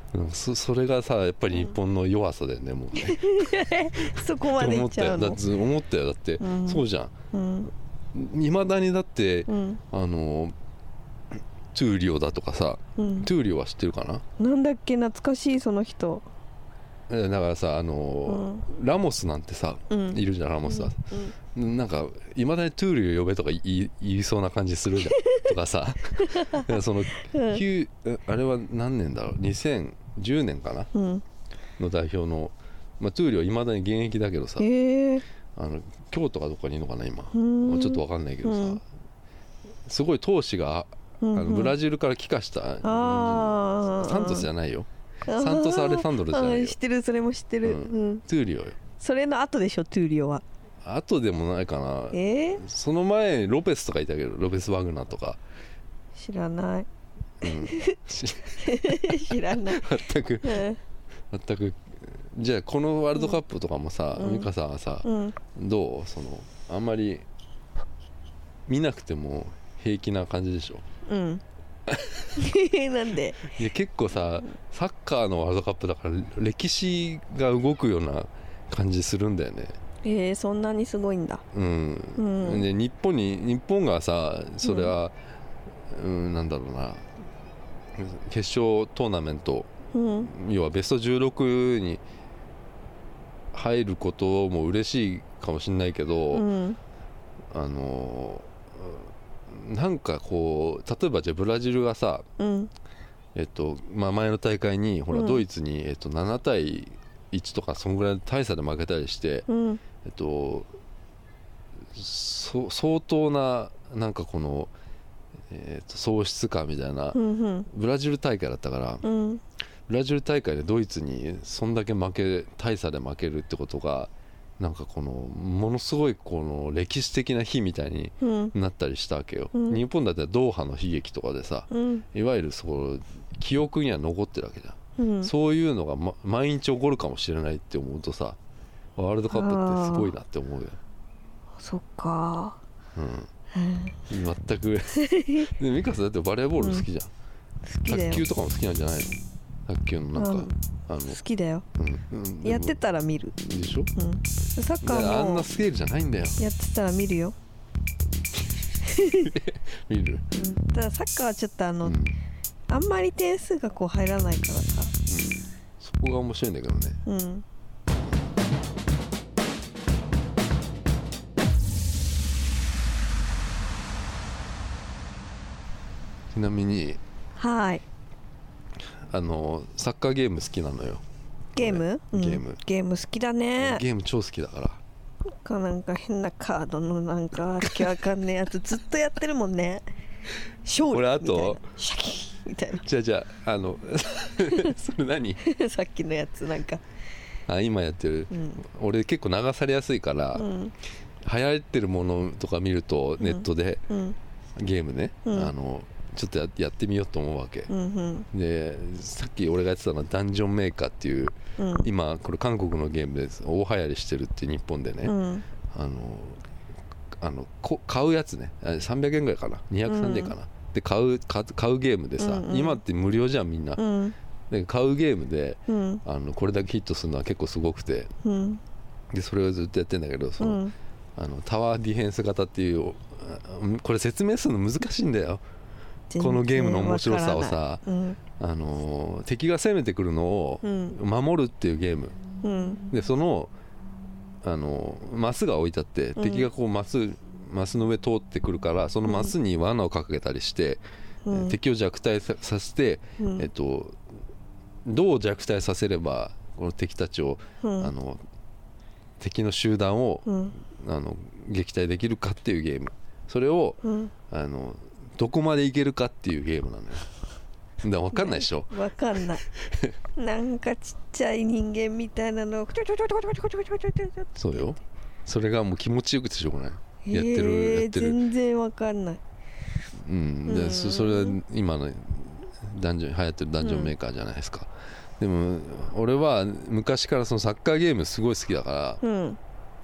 そ, それがさやっぱり日本の弱さだよね、うん、もうねそこまでいっちゃうの。 思ったよ、だって思ったよだって、うん、そうじゃんいま、うん、だにだって、うん、あのトゥーリオだとかさ、うん、トゥーリオは知ってるかな。 なんだっけ懐かしいその人。 だからさあの、うん、ラモスなんてさ、うん、いるじゃんラモスは、うん、なんかいまだにトゥーリオ呼べとか 言, い言いそうな感じするじゃんとかさその、うん、あれは何年だろうにせんじゅうねんかな、うん、の代表の、まあ、トゥーリオはいまだに現役だけどさ、あの京都かどっかにいるのかな今、まあ、ちょっと分かんないけどさ、うん、すごい闘志があのブラジルから帰化した、うん、サントスじゃないよ、サントス・アレサンドロじゃないよ。 知ってるそれも知ってる、うんうん、 トゥーリオよ。 それの後でしょトゥーリオは。 後でもないかな、えー、その前ロペスとかいたけどロペス・ワグナーとか知らない、うん、知らない全く全く。じゃあこのワールドカップとかもさ、うん、美香さんはさ、うん、どうそのあんまり見なくても平気な感じでしょ。うんなんで。 いや結構さサッカーのワールドカップだから歴史が動くような感じするんだよね。 えー、そんなにすごいんだ。うん、 うん、で日本に日本がさそれは、うんうん、なんだろうな決勝トーナメント、うん、要はベストじゅうろくに入ることも嬉しいかもしれないけど、うん、あのなんかこう例えばじゃあブラジルがさ、うんえっとまあ、前の大会にほらドイツに、えっと、ななたいいちとかそんぐらいの大差で負けたりして、うんえっと、そ相当ななんかこの、えー、と喪失感みたいな、うんうん、ブラジル大会だったから、うん、ブラジル大会でドイツにそんだけ負け大差で負けるってことがなんかこのものすごいこの歴史的な日みたいになったりしたわけよ、うん、日本だってドーハの悲劇とかでさ、うん、いわゆるそう記憶には残ってるわけじゃん、うん、そういうのが、ま、毎日起こるかもしれないって思うとさワールドカップってすごいなって思うよ。 そっか、 うん、全くでミカさんだってバレーボール好きじゃん、うん、好きだよ。卓球とかも好きなんじゃないの。卓球のなんか、うん、あの好きだよ、うんうん、やってたら見るでしょ、 うん、サッカーもあんなスケールじゃないんだよ。 やってたら見るよ見る、 うん、ただサッカーはちょっとあの、うん、あんまり点数がこう入らないからさ、うん、 そこが面白いんだけどね。うんちなみにはいあのサッカーゲーム好きなのよ。 ゲーム、 ゲーム、 うん、ゲーム好きだね。 ゲーム超好きだからなんかなんか変なカードのなんかわけわかんねえやつずっとやってるもんね。勝利みたいな。これあとシャキみたいな。 じゃあじゃああのそれ何さっきのやつなんかあ今やってる、うん、俺結構流されやすいから、うん、流行ってるものとか見るとネットで、うん、ゲームね、うん、あのちょっと や, やってみようと思うわけ、うんうん、でさっき俺がやってたのはダンジョンメーカーっていう、うん、今これ韓国のゲームで大流行りしてるって日本でね、うん、あのあのこ買うやつねさんびゃくえんぐらいかなにひゃくさんじゅうえんかな、うん、で買う 買, 買うゲームでさ、うんうん、今って無料じゃんみんな、うん、で買うゲームで、うん、あのこれだけヒットするのは結構すごくて、うん、でそれをずっとやってんだけどその、うん、あのタワーディフェンス型っていうこれ説明するの難しいんだよこのゲームの面白さをさ、うん、あの敵が攻めてくるのを守るっていうゲーム、うん、でそのあのマスが置いてあって、うん、敵がこうマスマスの上通ってくるからそのマスに罠をかけたりして、うん、敵を弱体させて、うん、えっと、どう弱体させればこの敵たちを、うん、あの敵の集団を、うん、あの撃退できるかっていうゲームそれを、うん、あのどこまでいけるかっていうゲームなのよ。だから分かんないでしょ。 分かんないなんかちっちゃい人間みたいなのをそうよそれがもう気持ちよくてしょうがない、やってるやってる全然分かんない、 うん、で、うん、そ, それは今のダンジョン流行ってるダンジョンメーカーじゃないですか、うん、でも俺は昔からそのサッカーゲームすごい好きだから、うん、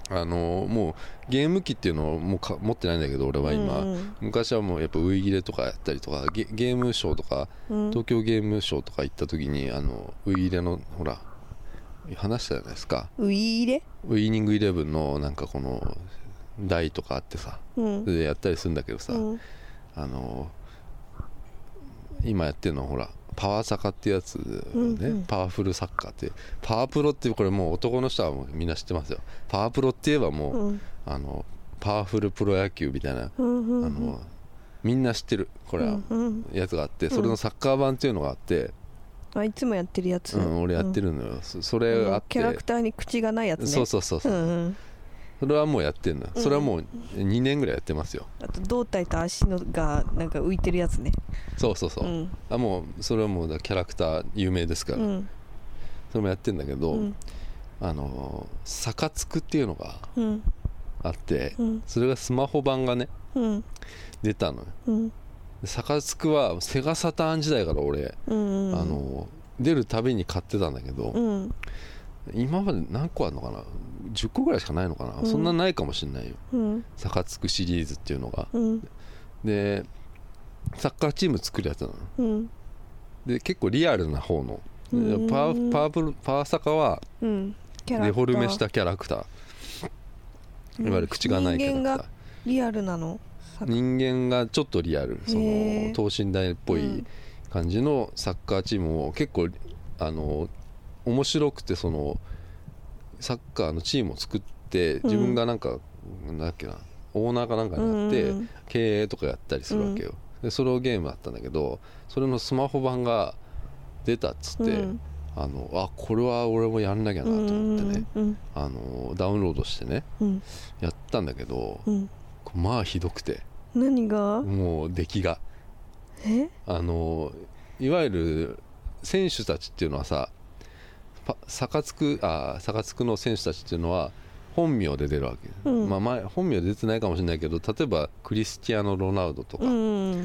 あのもうゲーム機っていうのをもうか持ってないんだけど俺は今、うんうん、昔はもうやっぱウイギレとかやったりとか ゲ, ゲームショーとか、うん、東京ゲームショーとか行った時にあのウイギレのほら話したじゃないですか。 ウイイレウイニングイレブンのなんかこの台とかあってさ、うん、でやったりするんだけどさ、うん、あの今やってるのはほらパワーサカってやつね、うんうん、パワフルサッカーってパワープロってこれもう男の人はもうみんな知ってますよ。パワープロって言えばもう、うん、あのパワフルプロ野球みたいな、うんうんうん、あのみんな知ってるこれはやつがあって、うんうん、それのサッカー版っていうのがあって、 あいつもやってるやつ、 うん、俺やってるのよ、うん、そ, それがあってキャラクターに口がないやつね。 そうそうそうそう、うんうん、それはもうやってんの、うん、それはもうにねんぐらいやってますよ。 あと胴体と足のがなんか浮いてるやつね。 そうそうそう、うん、あもうそれはもうキャラクター有名ですから、うん、それもやってんだけど、うん、あのサカツクっていうのがあって、うん、それがスマホ版がね、うん、出たのよ、うん、サカツクはセガサターン時代から俺、うんうん、あの出るたびに買ってたんだけど、うん、今まで何個あるのかな、じゅっこぐらいしかないのかな、うん、そんなないかもしれないよ、うん、サカツクシリーズっていうのが、うん、でサッカーチーム作るやつなの、うん、で結構リアルな方の、うん、パワーパワープルパワーサカはデフォルメしたキャラクター、うん、いわゆる口がないキャラクター。人間がリアルなの？ 人間がちょっとリアル、その等身大っぽい感じのサッカーチームを結構あの面白くて、そのサッカーのチームを作って自分がなんか、うん、なんだっけなオーナーかなんかになって経営とかやったりするわけよ、うん、でそれをゲームだったんだけど、それのスマホ版が出たっつって、うん、あのあこれは俺もやんなきゃなと思ってね、うん、あのダウンロードしてね、うん、やったんだけど、うん、まあひどくて、 何がもう出来がえあのいわゆる選手たちっていうのはさ、サカツクあサカツクの選手たちっていうのは本名で出るわけ、うんまあ、前本名で出てないかもしれないけど、例えばクリスティアーノ・ロナウドとか、うん、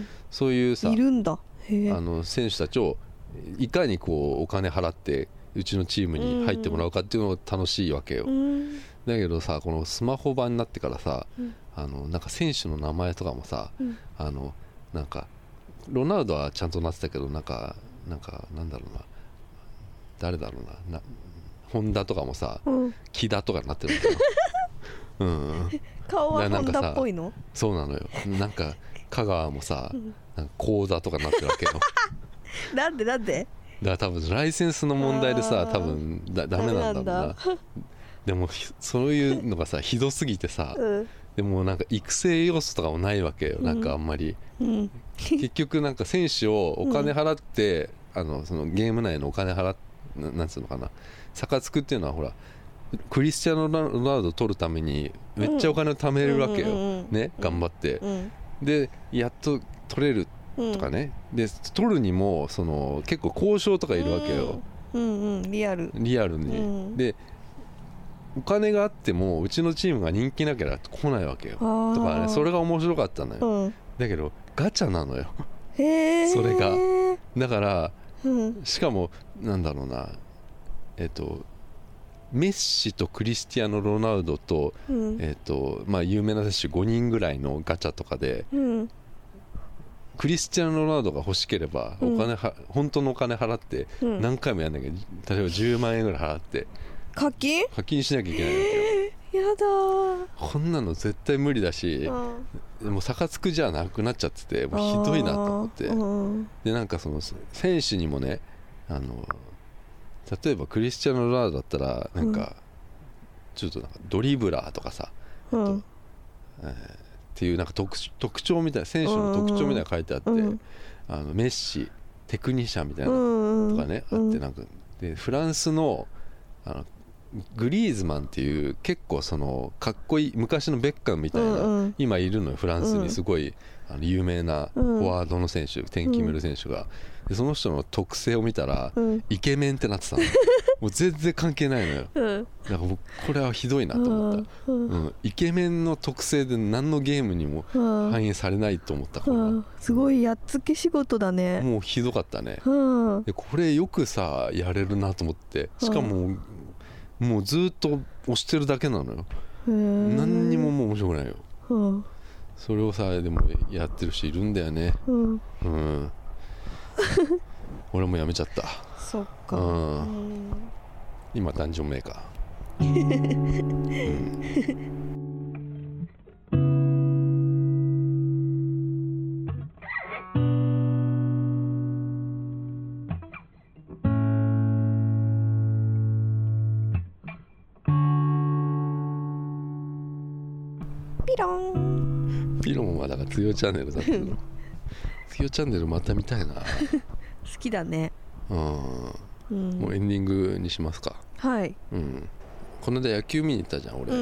そういうさいるんだ、へあの選手たちをいかにこうお金払ってうちのチームに入ってもらうかっていうのが楽しいわけよ、うん、だけどさこのスマホ版になってからさ、うん、あのなんか選手の名前とかもさ、うん、あのなんかロナウドはちゃんとなってたけど、なんかなんかなんだろうな誰だろうななホンダとかもさ、うん、木田とかになってるんだよ、うん、 顔はホンダっぽいの？ そうなのよ、なんか香川もさ、うん、なんか高座とかになってるわけよなんでなんでだから多分ライセンスの問題でさ多分だダメなんだろうなでもそういうのがさひどすぎてさ、うん、でもなんか育成要素とかもないわけよ、うん、なんかあんまり、うん、結局なんか選手をお金払って、うん、あのそのゲーム内のお金払ってななんつうのかな、サカツクっていうのはほらクリスチャン・ロナウドを取るためにめっちゃお金を貯めるわけよ、うん、ね頑張って、うん、でやっと取れるとかね、うん、で取るにもその結構交渉とかいるわけよ、 うんうんうん、リアルリアルに、うん、でお金があってもうちのチームが人気なきゃ来ないわけよとかね、それが面白かったのよ、うん、だけどガチャなのよへそれがだから、うん、しかもなんだろうなえっとメッシとクリスティアーノ・ロナウドと、うん、えっとまあ有名な選手ごにんぐらいのガチャとかで、うん、クリスティアーノ・ロナウドが欲しければお金は、うん、本当のお金払って何回もやんなきゃ、例えばじゅうまんえんぐらい払って課金課金しなきゃいけないわけよ、 えー、やだこんなの絶対無理だし、うん、でもサカツクじゃなくなっちゃっててもうひどいなと思って、うん、でなんかその選手にもねあの例えばクリスチャン・ロナウドだったらなんか、うん、ちょっとなんかドリブラーとかさ、うんえー、っていうなんか 特, 特徴みたいな選手の特徴みたいなのが書いてあって、うん、あのメッシテクニシャンみたいなとかね、うん、あってなんかでフランスのあのグリーズマンっていう結構そのかっこいい昔のベッカムみたいな、うんうん、今いるのよフランスにすごい、あの有名なフォワードの選手、テンキムル選手がでその人の特性を見たら、うん、イケメンってなってたのもう全然関係ないのよ、うん、だからもうこれはひどいなと思った、うんうん、イケメンの特性で何のゲームにも反映されないと思ったこれはすごいやっつけ仕事だね。 もうひどかったね、でこれよくさやれるなと思って、しかももうずっと押してるだけなのよ。 何にももう面白くないよ、 うん、 それをさでもやってる人いるんだよね、うん、うん、俺もやめちゃった。 そっか、うん、 今ダンジョンメーカー、うんピロンピロンはだからつよチャンネルだったのつよチャンネルまた見たいな好きだね、 うん、もうエンディングにしますか。 はい、 うん、この間野球見に行ったじゃん俺、うん、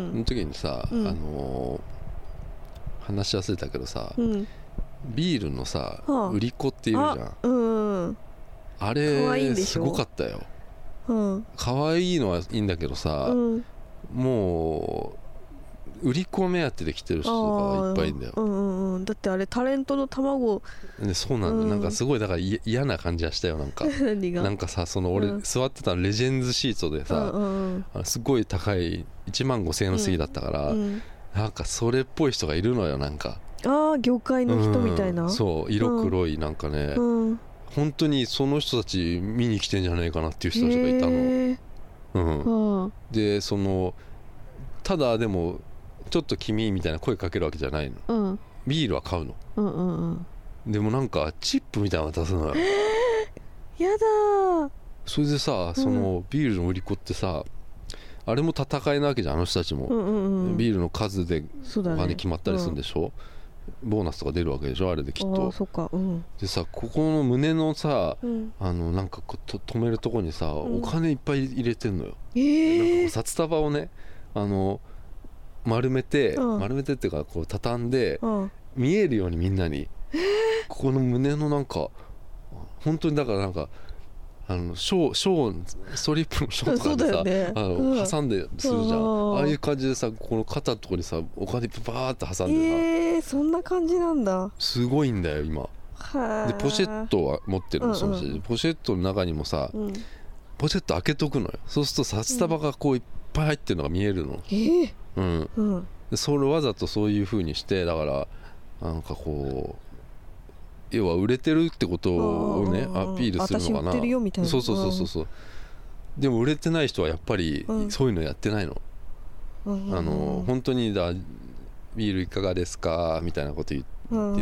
その時にさ、うん、あのー、話し忘れたけどさ、うん、ビールのさ、はあ、売り子っていうじゃん。 あ,、うん、あれすごかったよ、うん、かわいいのはいいんだけどさ、うん、もう売り子目当てで来てる人とかいっぱいいんだよ、 うんうんうん、だってあれタレントの卵、 ね、そうなんだ、うん、なんかすごいだから嫌な感じはしたよ。なんか何がなんかさその俺、うん、座ってたレジェンズシートでさ、うんうん、すごい高いいちまんごせんえんの席だったから、うん、なんかそれっぽい人がいるのよ。なんかああ業界の人みたいな、 うん、そう色黒いなんかね、うん、本当にその人たち見に来てんじゃないかなっていう人たちがいたの、うん、でそのただでもちょっと君みたいな声かけるわけじゃないの、うん、ビールは買うの、うんうんうん、でもなんかチップみたいなの渡すのよ、 やだ。 それでさそのビールの売り子ってさ、あれも戦いなわけじゃんあの人たちも、うんうんうん、ビールの数でお金決まったりするんでしょ、うん、ボーナスとか出るわけでしょあれできっと。 そっか、うん、 でさここの胸のさ、うん、あのなんかこうと止めるとこにさ、うん、お金いっぱい入れてんのよ、えー、なんかこう札束をねあの丸めて、うん、丸めてっていうかこう畳んで、うん、見えるようにみんなに、えー、ここの胸のなんか本当にだからなんかあのショーショーストリップのショーとかでさ、ね、あの、うん、挟んでするじゃん、ああいう感じでさこの肩のとこにさお金バーって挟んでさ、 えー、そんな感じなんだ。 すごいんだよ今で。ポシェットは持ってるの、その人、うんうん、ポシェットの中にもさ、うん、ポシェット開けとくのよ。そうすると札束がこういっぱい入ってるのが見えるの、えーうんうん、でそれをわざとそういう風にしてだからなんかこう要は売れてるってことをねアピールするのかな。 私売ってるよみたいな。 そうそうそうそうそう。でも売れてない人はやっぱりそういうのやってないの、うん、あの本当にだビールいかがですかみたいなこと言って、うん、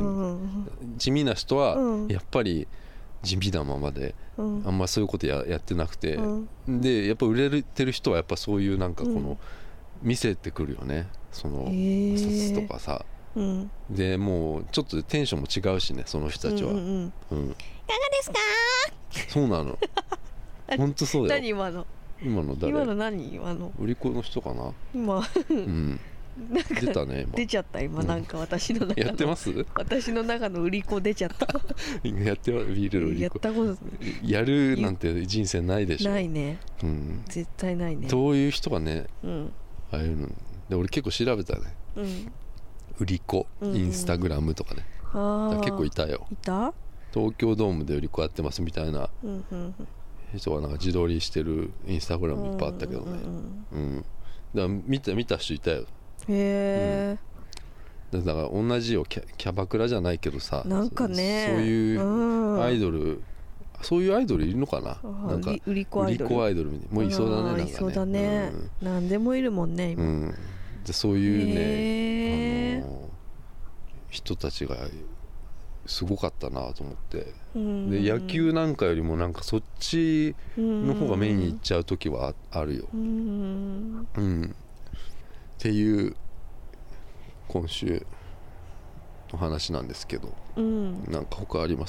地味な人はやっぱり地味なままで、うん、あんまそういうこと や, やってなくて、うん、でやっぱ売れてる人はやっぱそういうなんかこの、うん見せてくるよねその札とかさ、うん、でもうちょっとテンションも違うしねその人たちは、うんうんうんうん、いかがですかそうなの本当そうだよ。 何今の今の誰今の何今の売り子の人かな今、うん、 なんか出たね今出ちゃった今、うん、なんか私の中のやってます私の中の売り子出ちゃったやってはビールの売り子やったことやるなんて人生ないでしょ。 ないね、うん、絶対ないね。 どういう人がね、うんああいうので俺結構調べたね、うん、売り子、うんうん、インスタグラムとかねあ結構いたよ。 いた東京ドームで売り子やってますみたいな人がなんか自撮りしてるインスタグラムいっぱいあったけどね、うんうんうん、だから見た見た人いたよ。へえ、うん、だから同じよキ ャ, キャバクラじゃないけどさなんかねそ, そういうアイドル、うんそういうアイドルいるのかな。なんか売り子アイドル、売り子アイドルもういそうだね。なんかねいそうだね、うん、何でもいるもんね今、うん、 でそういうね、あの人たちがすごかったなと思って、うん、で野球なんかよりもなんかそっちの方がメインに行っちゃう時はあるよ、うんうん、っていう今週の話なんですけど、うん、なんか他あります？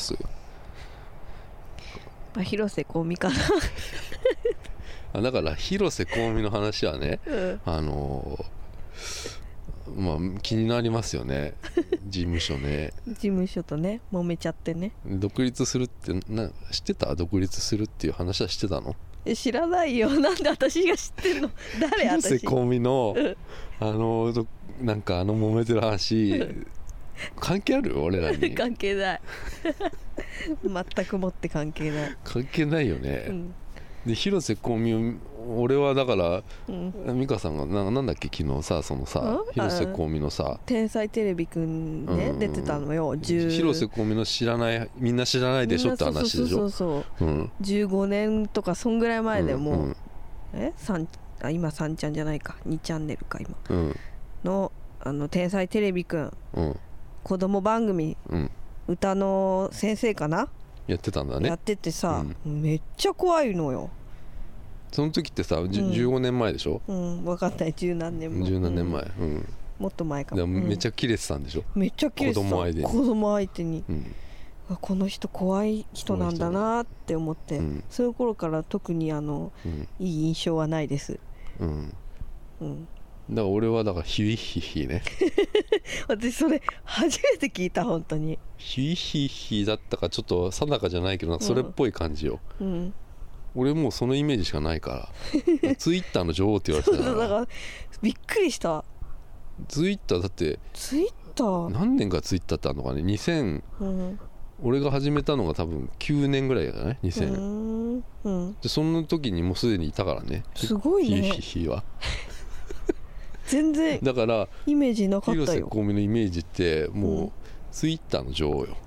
まあ、広瀬香美かなあだから広瀬香美の話はね、うん、あのまあ気になりますよね事務所ね事務所とね揉めちゃってね。 独立するってな知ってた？独立するっていう話は知ってたの？ え知らないよ。なんで私が知ってんの？誰？ 広瀬香美の、うん、あのなんかあの揉めてる話、うん、関係ある？俺らに関係ない全くもって関係ない関係ないよね、うん、で広瀬香美俺はだから、うん、美香さんが な, なんだっけ昨日さそのさ広瀬香美のさ天才テレビくんね、うん、出てたのよ。 広瀬香美の知らないみんな知らないでしょって話でしょ。そうそうそう、うん、 じゅうごねんとかそんぐらい前でもう、うんうん、え三あ今さんちゃんじゃないかにチャンネルか今、うん、のあの天才テレビくん、うん、子供番組、うん、歌の先生かなやってたんだね。 やっててさ、うん、めっちゃ怖いのよ。 その時ってさ、うん、じゅうごねんまえでしょ。 うん分かんない十何年前十何年前、うん、 もっと前かも。 めっちゃキレてたんでしょ、 うん、めっちゃキレてた子供相手に、子供相手に、うん、この人怖い人なんだなって思って、うん、そういう頃から特にあの、うん、いい印象はないです。うんうん、だから俺はだからヒュイヒヒね私それ初めて聞いた本当に。 ヒュイヒヒだったかちょっと定かじゃないけどそれっぽい感じよ、うんうん、俺もうそのイメージしかないからツイッターの女王って言われてたからだからびっくりした。 ツイッターだってツイッター何年かツイッターってあるのかねにせん、うん、俺が始めたのが多分きゅうねんぐらいだねにせん、うんうん、でその時にもうすでにいたからね。 すごいねヒヒヒは全然だからイメージなかったよ。 広瀬香美のイメージってもう、うん、ツイッターの女王よ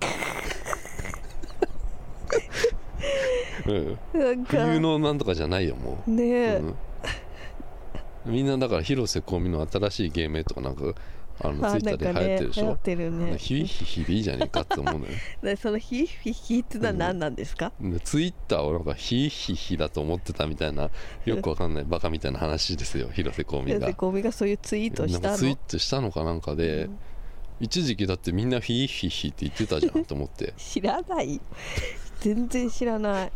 うん、冬のなんとかじゃないよもうねえ、うん、みんなだから広瀬香美の新しい芸名とかなんかあのツイッターで流行ってるでしょ。 流行ってるね。 ヒーヒヒでいいじゃねえかって思うのよでそのヒーヒヒってのは何なんですか、 うん、ツイッターをなんかヒーヒヒだと思ってたみたいなよくわかんないバカみたいな話ですよ広瀬香美が。 広瀬香美がそういうツイートしたの。 ツイートしたのかなんかで、うん、一時期だってみんなヒーヒヒって言ってたじゃんと思って知らない全然知らない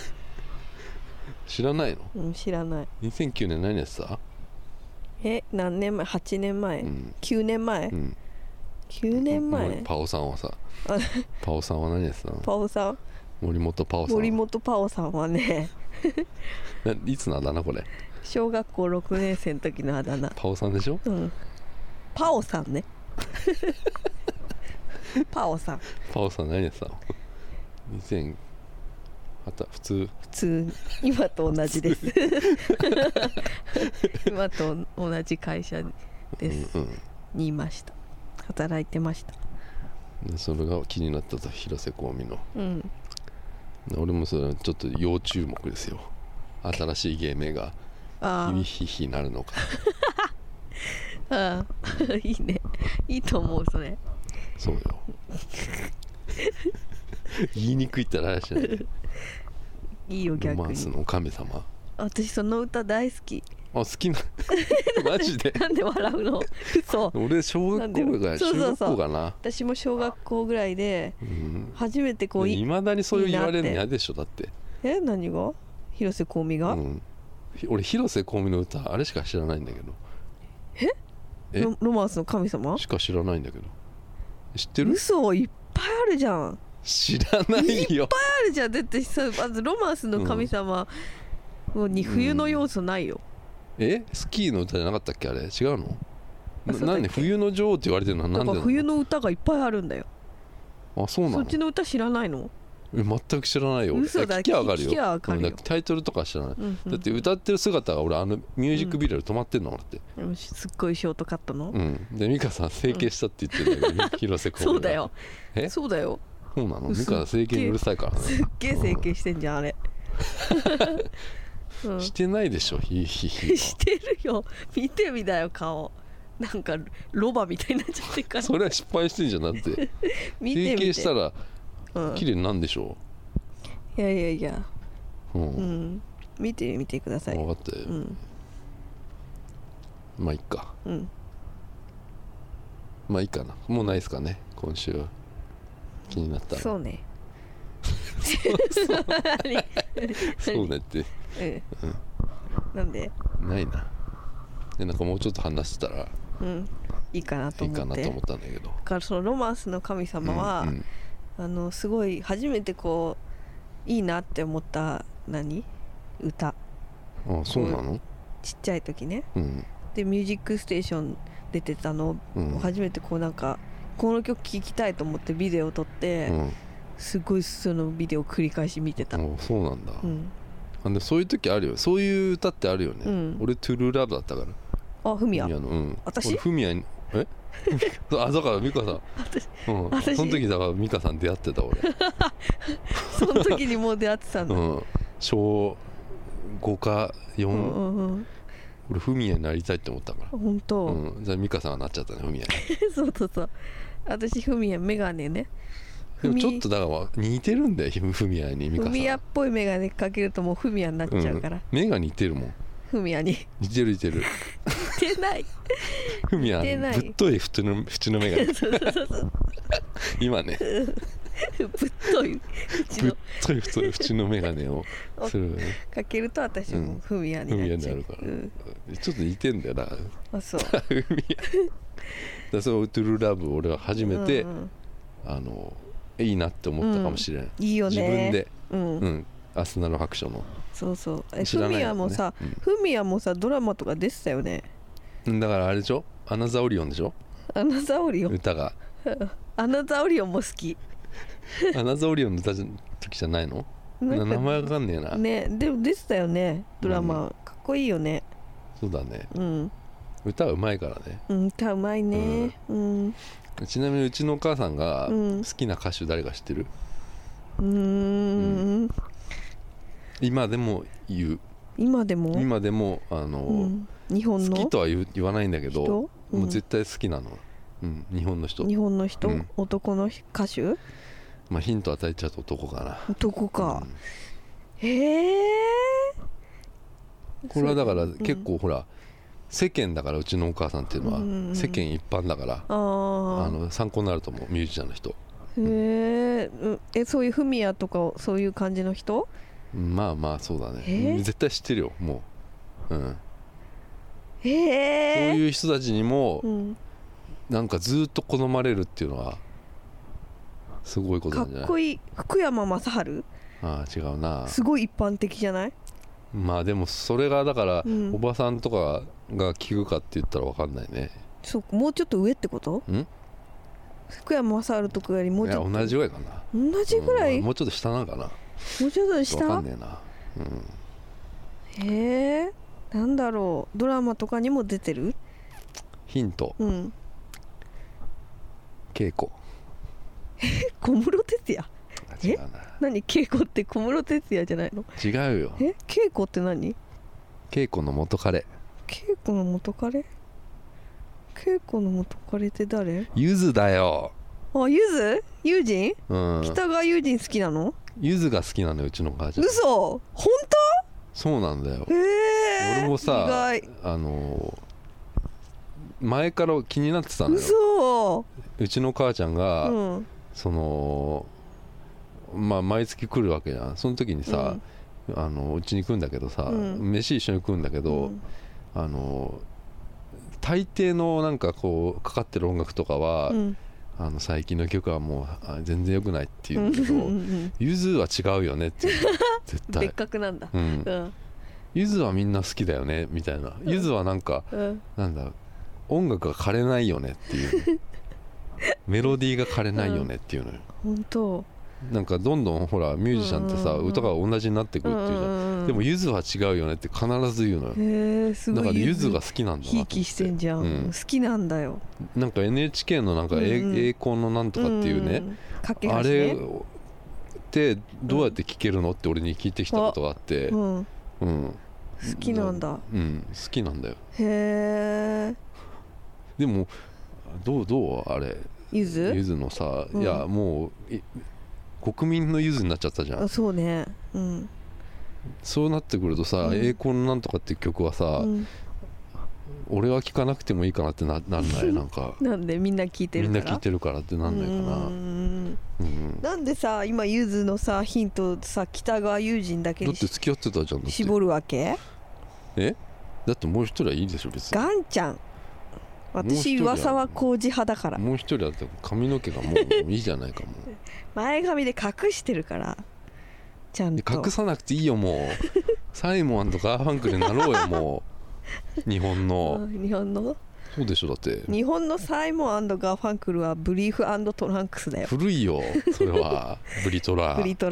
知らないの、 うん、知らない。 にせんきゅうねん何やってた？ え何年前？はちねんまえ、うん、きゅうねんまえ、うん、きゅうねんまえ。 パオさんはさパオさんは何やってたの？ パオさん森本パオさん森本パオさんはねいつのあだ名これ？ 小学校ろくねん生の時のあだ名。 パオさんでしょ？うんパオさんねパオさんパオさん何やってたの？にせんあった普通普通今と同じです今と同じ会社です、うんうん、にいました。働いてました。 それが気になったと広瀬香美の、うん、俺もそれちょっと要注目ですよ。新しい芸名がヒヒヒヒなるのかああいいねいいと思うそれ。 そうよ言いにくいって話じゃないいいよ逆に。 ロマンスの神様。 私その歌大好き。 あ好きなマジでなんで笑うの嘘。 俺小学校ぐらい中学校かな。 私も小学校ぐらいで初めてこういまだにそう言われるの嫌でしょ。だってえ何が広瀬香美が、うん、 俺広瀬香美の歌あれしか知らないんだけど。 ええ ロ, ロマンスの神様しか知らないんだけど。知ってる？ 嘘いっぱいあるじゃん。 知らないよ。いっぱいあるじゃん。だってさまずロマンスの神様に冬の要素ないよ、うん、 えスキーの歌じゃなかったっけあれ違うの？なんで冬の女王って言われてるのはなんでなの？ 冬の歌がいっぱいあるんだよ。 あそうなの？ そっちの歌知らないの？ え全く知らないよ。 嘘だ。 聞きゃわかるよ。 聞きゃわかるよ。 タイトルとか知らない、うんうん、だって歌ってる姿が俺あのミュージックビデオで止まってんのだって、 うん、すっごいショートカットの、 うん、で美香さん整形したって言ってるんだけど、うん、広瀬香美がそうだよえそうだよそうなの？美香さん整形にうるさいからね。 すっげえ整形してんじゃんあれうん、してないでしょヒヒヒしてるよ。見てみだよ顔なんかロバみたいになっちゃってるからそれは失敗してんじゃん。だって見てみて整形したら綺麗になんでしょう、うん、いやいやいや、うん、うん、見てみてください。 分かったよ、うん、まあいっか、うん、まあいいかな。もうないですかね今週は。気になったらそうねそうねって、 うんうん、なんでないな。でなんかもうちょっと話してたら、 うん、いいかなと思っていいかなと思ったんだけど。だからそのロマンスの神様は、うんうん、あのすごい初めてこういいなって思った何歌。 ああそうなの？ ちっちゃい時ね、うん、でミュージックステーション出てたのを、うん、初めてこうなんかこの曲聴きたいと思ってビデオを撮って、うん、すごいそのビデオを繰り返し見てた。 あそうなんだ、うん、 あでそういう時あるよ。そういう歌ってあるよね、 うん、 俺トゥルーラブだったから。 あ、フミヤの、うん、 私俺フミヤにえあだから美香さん私、うん、私その時だから美香さん出会ってた俺その時にもう出会ってたんだ、うん、 小ごかよん、 うんうんうん、 俺フミヤになりたいって思ったから。 本当、 うん、じゃあ美香さんはなっちゃったねフミヤそうそうそう、私フミヤメガネね。 でもちょっとだから似てるんだよフミヤに。美香さんフミヤっぽいメガネかけるともうフミヤになっちゃうから、うん、 目が似てるもん。 フミヤに似てる似てる似てないフミヤぶっとい縁の縁のメガネそうそうそう今ねぶっといぶっとい縁のメガネをするかけると私もフミヤになっちゃう、うん、フミヤになるから、うん、 ちょっと似てんだよな。 あそうフミヤだそうトゥルーラブ俺は初めて、うんうん、あのいいなって思ったかもしれない、 うん、いいよね自分で、 うんうん、 アスナの白書のそうそうえフミヤもさ、うん、フミヤもさドラマとか出てたよね。 だからあれでしょ、アナザオリオンでしょ。 アナザオリオン歌がアナザオリオンも好きアナザオリオンの歌時じゃないの？名前わかんねえな。 ね、でも出てたよねドラマ、うん、かっこいいよね。 そうだね、 うん、 歌うまいからね、 うん、歌うまいね、うんうん、ちなみにうちのお母さんが好きな歌手誰か知ってる？ うーん、うん、 今でも言う。 今でも今でもあの、うん、日本の好きとは 言, 言わないんだけど、うん、もう絶対好きなの、うん、日本の人日本の人、うん、男の歌手。 まあヒント与えちゃうと男かな。 男か、うん、へえ。 これはだから結構ほら、うん、世間だからうちのお母さんっていうのは、うん、世間一般だから、ああの参考になると思うミュージシャンの人。 へえ、えそういうフミヤとかそういう感じの人？ まあまあそうだね、絶対知ってるよもう、うん、 へえ。 そういう人たちにも、うん、なんかずっと好まれるっていうのはすごいことなんじゃない？ かっこいい。福山雅治？ ああ違うな。 すごい一般的じゃない？ まあでもそれがだから、うん、おばさんとかが聞くかって言ったら分かんないね。 そうもうちょっと上ってこと？ん福山雅治とかよりもうちょっと。 いや同じぐらいかな。同じぐらい、 うん、もうちょっと下なのかな。 もうちょっと下？ 分かんねえな、 うん、へえ。なんだろう、ドラマとかにも出てる？ ヒント、 うん、 稽古。 小室哲哉？ 違うな。 何稽古って小室哲哉じゃないの？ 違うよ。 え稽古って何？ 稽古の元彼。 稽古の元彼？稽古の元彼って誰？ ゆずだよ。 あ、ゆず？ユージン？ うん、 北川ユージン好きなの？ ゆずが好きなのようちの母ちゃん。 嘘？本当？そうなんだよ。 へえ。 俺もさ、あの前から気になってたのよ。 嘘？ うちの母ちゃんが、 うん、 そのまあ毎月来るわけじゃん。その時にさ、うん、あのうちに来るんだけどさ、うん、飯一緒に食うんだけど、うん、あの大抵のなんかこうかかってる音楽とかは、うん、あの最近の曲はもう全然良くないっていうんだけど、ゆずは違うよねっていう絶対別格なんだ。 ゆずはみんな好きだよねみたいな。ゆずはなんか、うん、なんだ音楽が枯れないよねっていうメロディーが枯れないよねっていうのよ、 うん、本当なんかどんどんほらミュージシャンってさ、うんうんうん、歌が同じになってくるっていうじゃん、うんうん、でもゆずは違うよねって必ず言うのよ。 へー、すごい。 だからゆずが好きなんだなと思って。 ひいきしてんじゃん、うん、好きなんだよ。 なんか エヌエイチケー のなんか、うんうん、栄光のなんとかっていうね、うんうん、 架け橋ね、 あれってどうやって聴けるのって俺に聞いてきたことがあって、うん、うん、 好きなんだ。 うん、好きなんだよ。 へー。 でもどうどうあれゆずゆずのさ、うん、いやもう国民のゆずになっちゃったじゃん。 あ、そうね、うん、 そうなってくるとさ、うん、栄光のなんとかっていう曲はさ、うん、俺は聴かなくてもいいかなって な, なんないなんかなんでみんな聴いてるからみんな聴いてるからってなんないかな。うーん、 うん、なんでさ今ゆずのさヒントさ北川悠仁だけにだって付き合ってたじゃん。だって絞るわけ？ えだってもう一人はいいでしょ別に。 ガンちゃん。私岩沢浩二派だから。 もう一人は髪の毛がもういいじゃないかも前髪で隠してるからちゃんと隠さなくていいよもうサイモン&ガーファンクルになろうよもう日本の日本のそうでしょ。だって日本のサイモン&ガーファンクルはブリーフ&トランクスだよ。 古いよそれはブリトラブリトラね。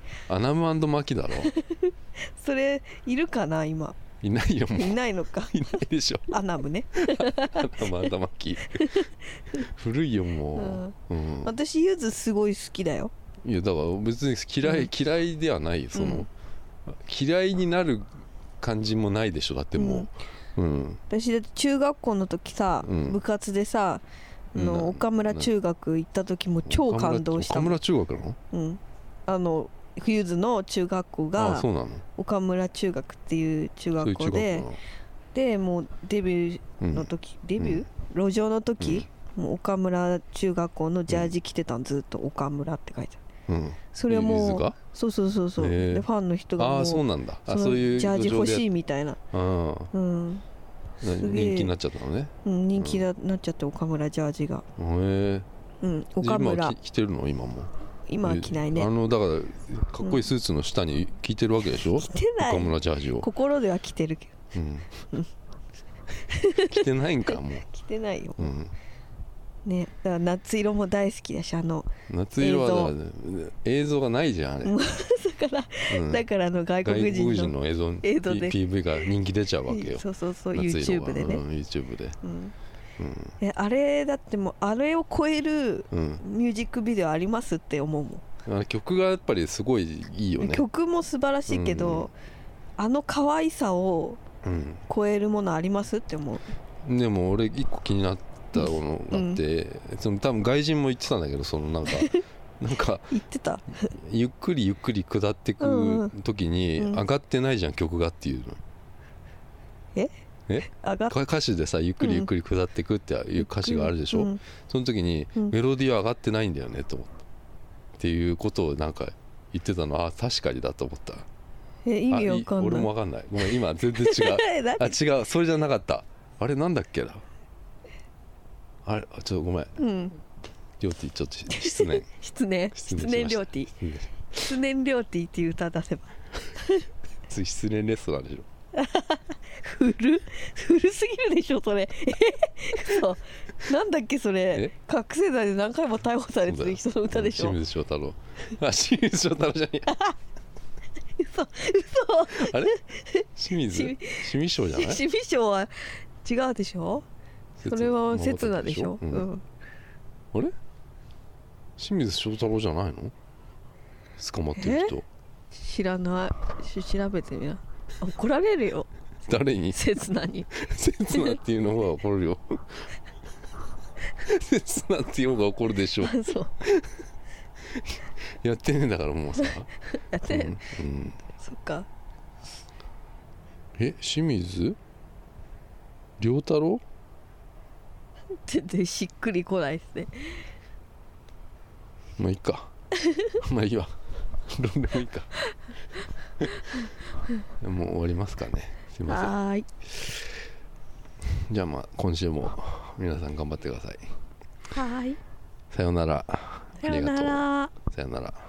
アナムマキだろそれいるかな今。 いないよもう。 いないのか。 いないでしょ。 アナムねアナムマキ古いよもう、うんうん、 私ゆずすごい好きだよ。 いやだから別に嫌い、うん、嫌いではないよその、うん、嫌いになる感じもないでしょだってもう、うんうん、 私だって中学校の時さ、うん、部活でさの岡村中学行った時も超感動した。 岡村中学なの？ うん。あのゆずの中学校が岡村中学っていう中学校で、でもうデビューの時、うん、デビュー、うん、路上の時、うん、もう岡村中学校のジャージ着てたん、ずっと岡村って書いてある。うん、それはもうそうそうそうそう、でファンの人がもうあそうなんだ、 あそういうジャージ欲しいみたいな、うん、 人気になっちゃったのね。 うん、人気になっちゃって岡村ジャージが。へえ。うん、岡村。 今着てるの今も。 今は着ないね。 あのだからかっこいいスーツの下に着てるわけでしょ。うん、着てない。岡村ジャージを。 心では着てるけど。うん。 着てないんかもう。 着てないよ。うん。ね、だから夏色も大好きだし、あの夏色はだから、ね、映像がないじゃんあれ。だから、うん、だからあの外国人 の, 外国人の映像映像で ピーブイ が人気出ちゃうわけよ。 そうそうそう YouTube でね、 うん、YouTube で、うんうん、えあれだってもうあれを超えるミュージックビデオありますって思うもん、 うん、あれ曲がやっぱりすごいいいよね。 曲も素晴らしいけど、うん、あの可愛さを超えるものありますって思う。 でも俺一個気になったものがあって、うん、その多分外人も言ってたんだけど、そのなんかなんか言ってたゆっくりゆっくり下ってく時に上がってないじゃん、うん、曲がっていうの。 ええ歌詞でさゆっくりゆっくり下ってくっていう歌詞があるでしょ、うん、その時にメロディーは上がってないんだよねと思ったっていうことをなんか言ってたの。あ確かにだと思った。 え意味わかんない。 俺もわかんない、ごめん今全然違うあ違うそれじゃなかった。あれなんだっけなあれちょっとごめん、うん、りょうてぃちょっと失念失念失念りょうてぃ失念りょうてぃっていう歌出せば失念レストランでしょ古古すぎるでしょそれそうなんだっけそれ、覚醒剤で何回も逮捕されてる人の歌でしょ。 清水翔太郎あ清水翔太郎じゃねえ嘘嘘あれ清水清水翔じゃない。 清水翔は違うでしょ。それは刹那でしょ、うんうん、 あれ清水翔太郎じゃないの捕まってる人。 知らない。調べてみな。怒られるよ。 誰に？ 刹那に。 刹那っていうのが怒るよ刹那っていうのが怒るでしょそうやってねえんだからもうさやってねえ、うんうん、そっか。 え清水良太郎全然しっくりこないですね。 まあいいかまあいいわどんでもいいかもう終わりますかね。すいません。 はい。 じゃあまあ今週も皆さん頑張ってください。 はい。 さようなら。 さようなら。 さようなら。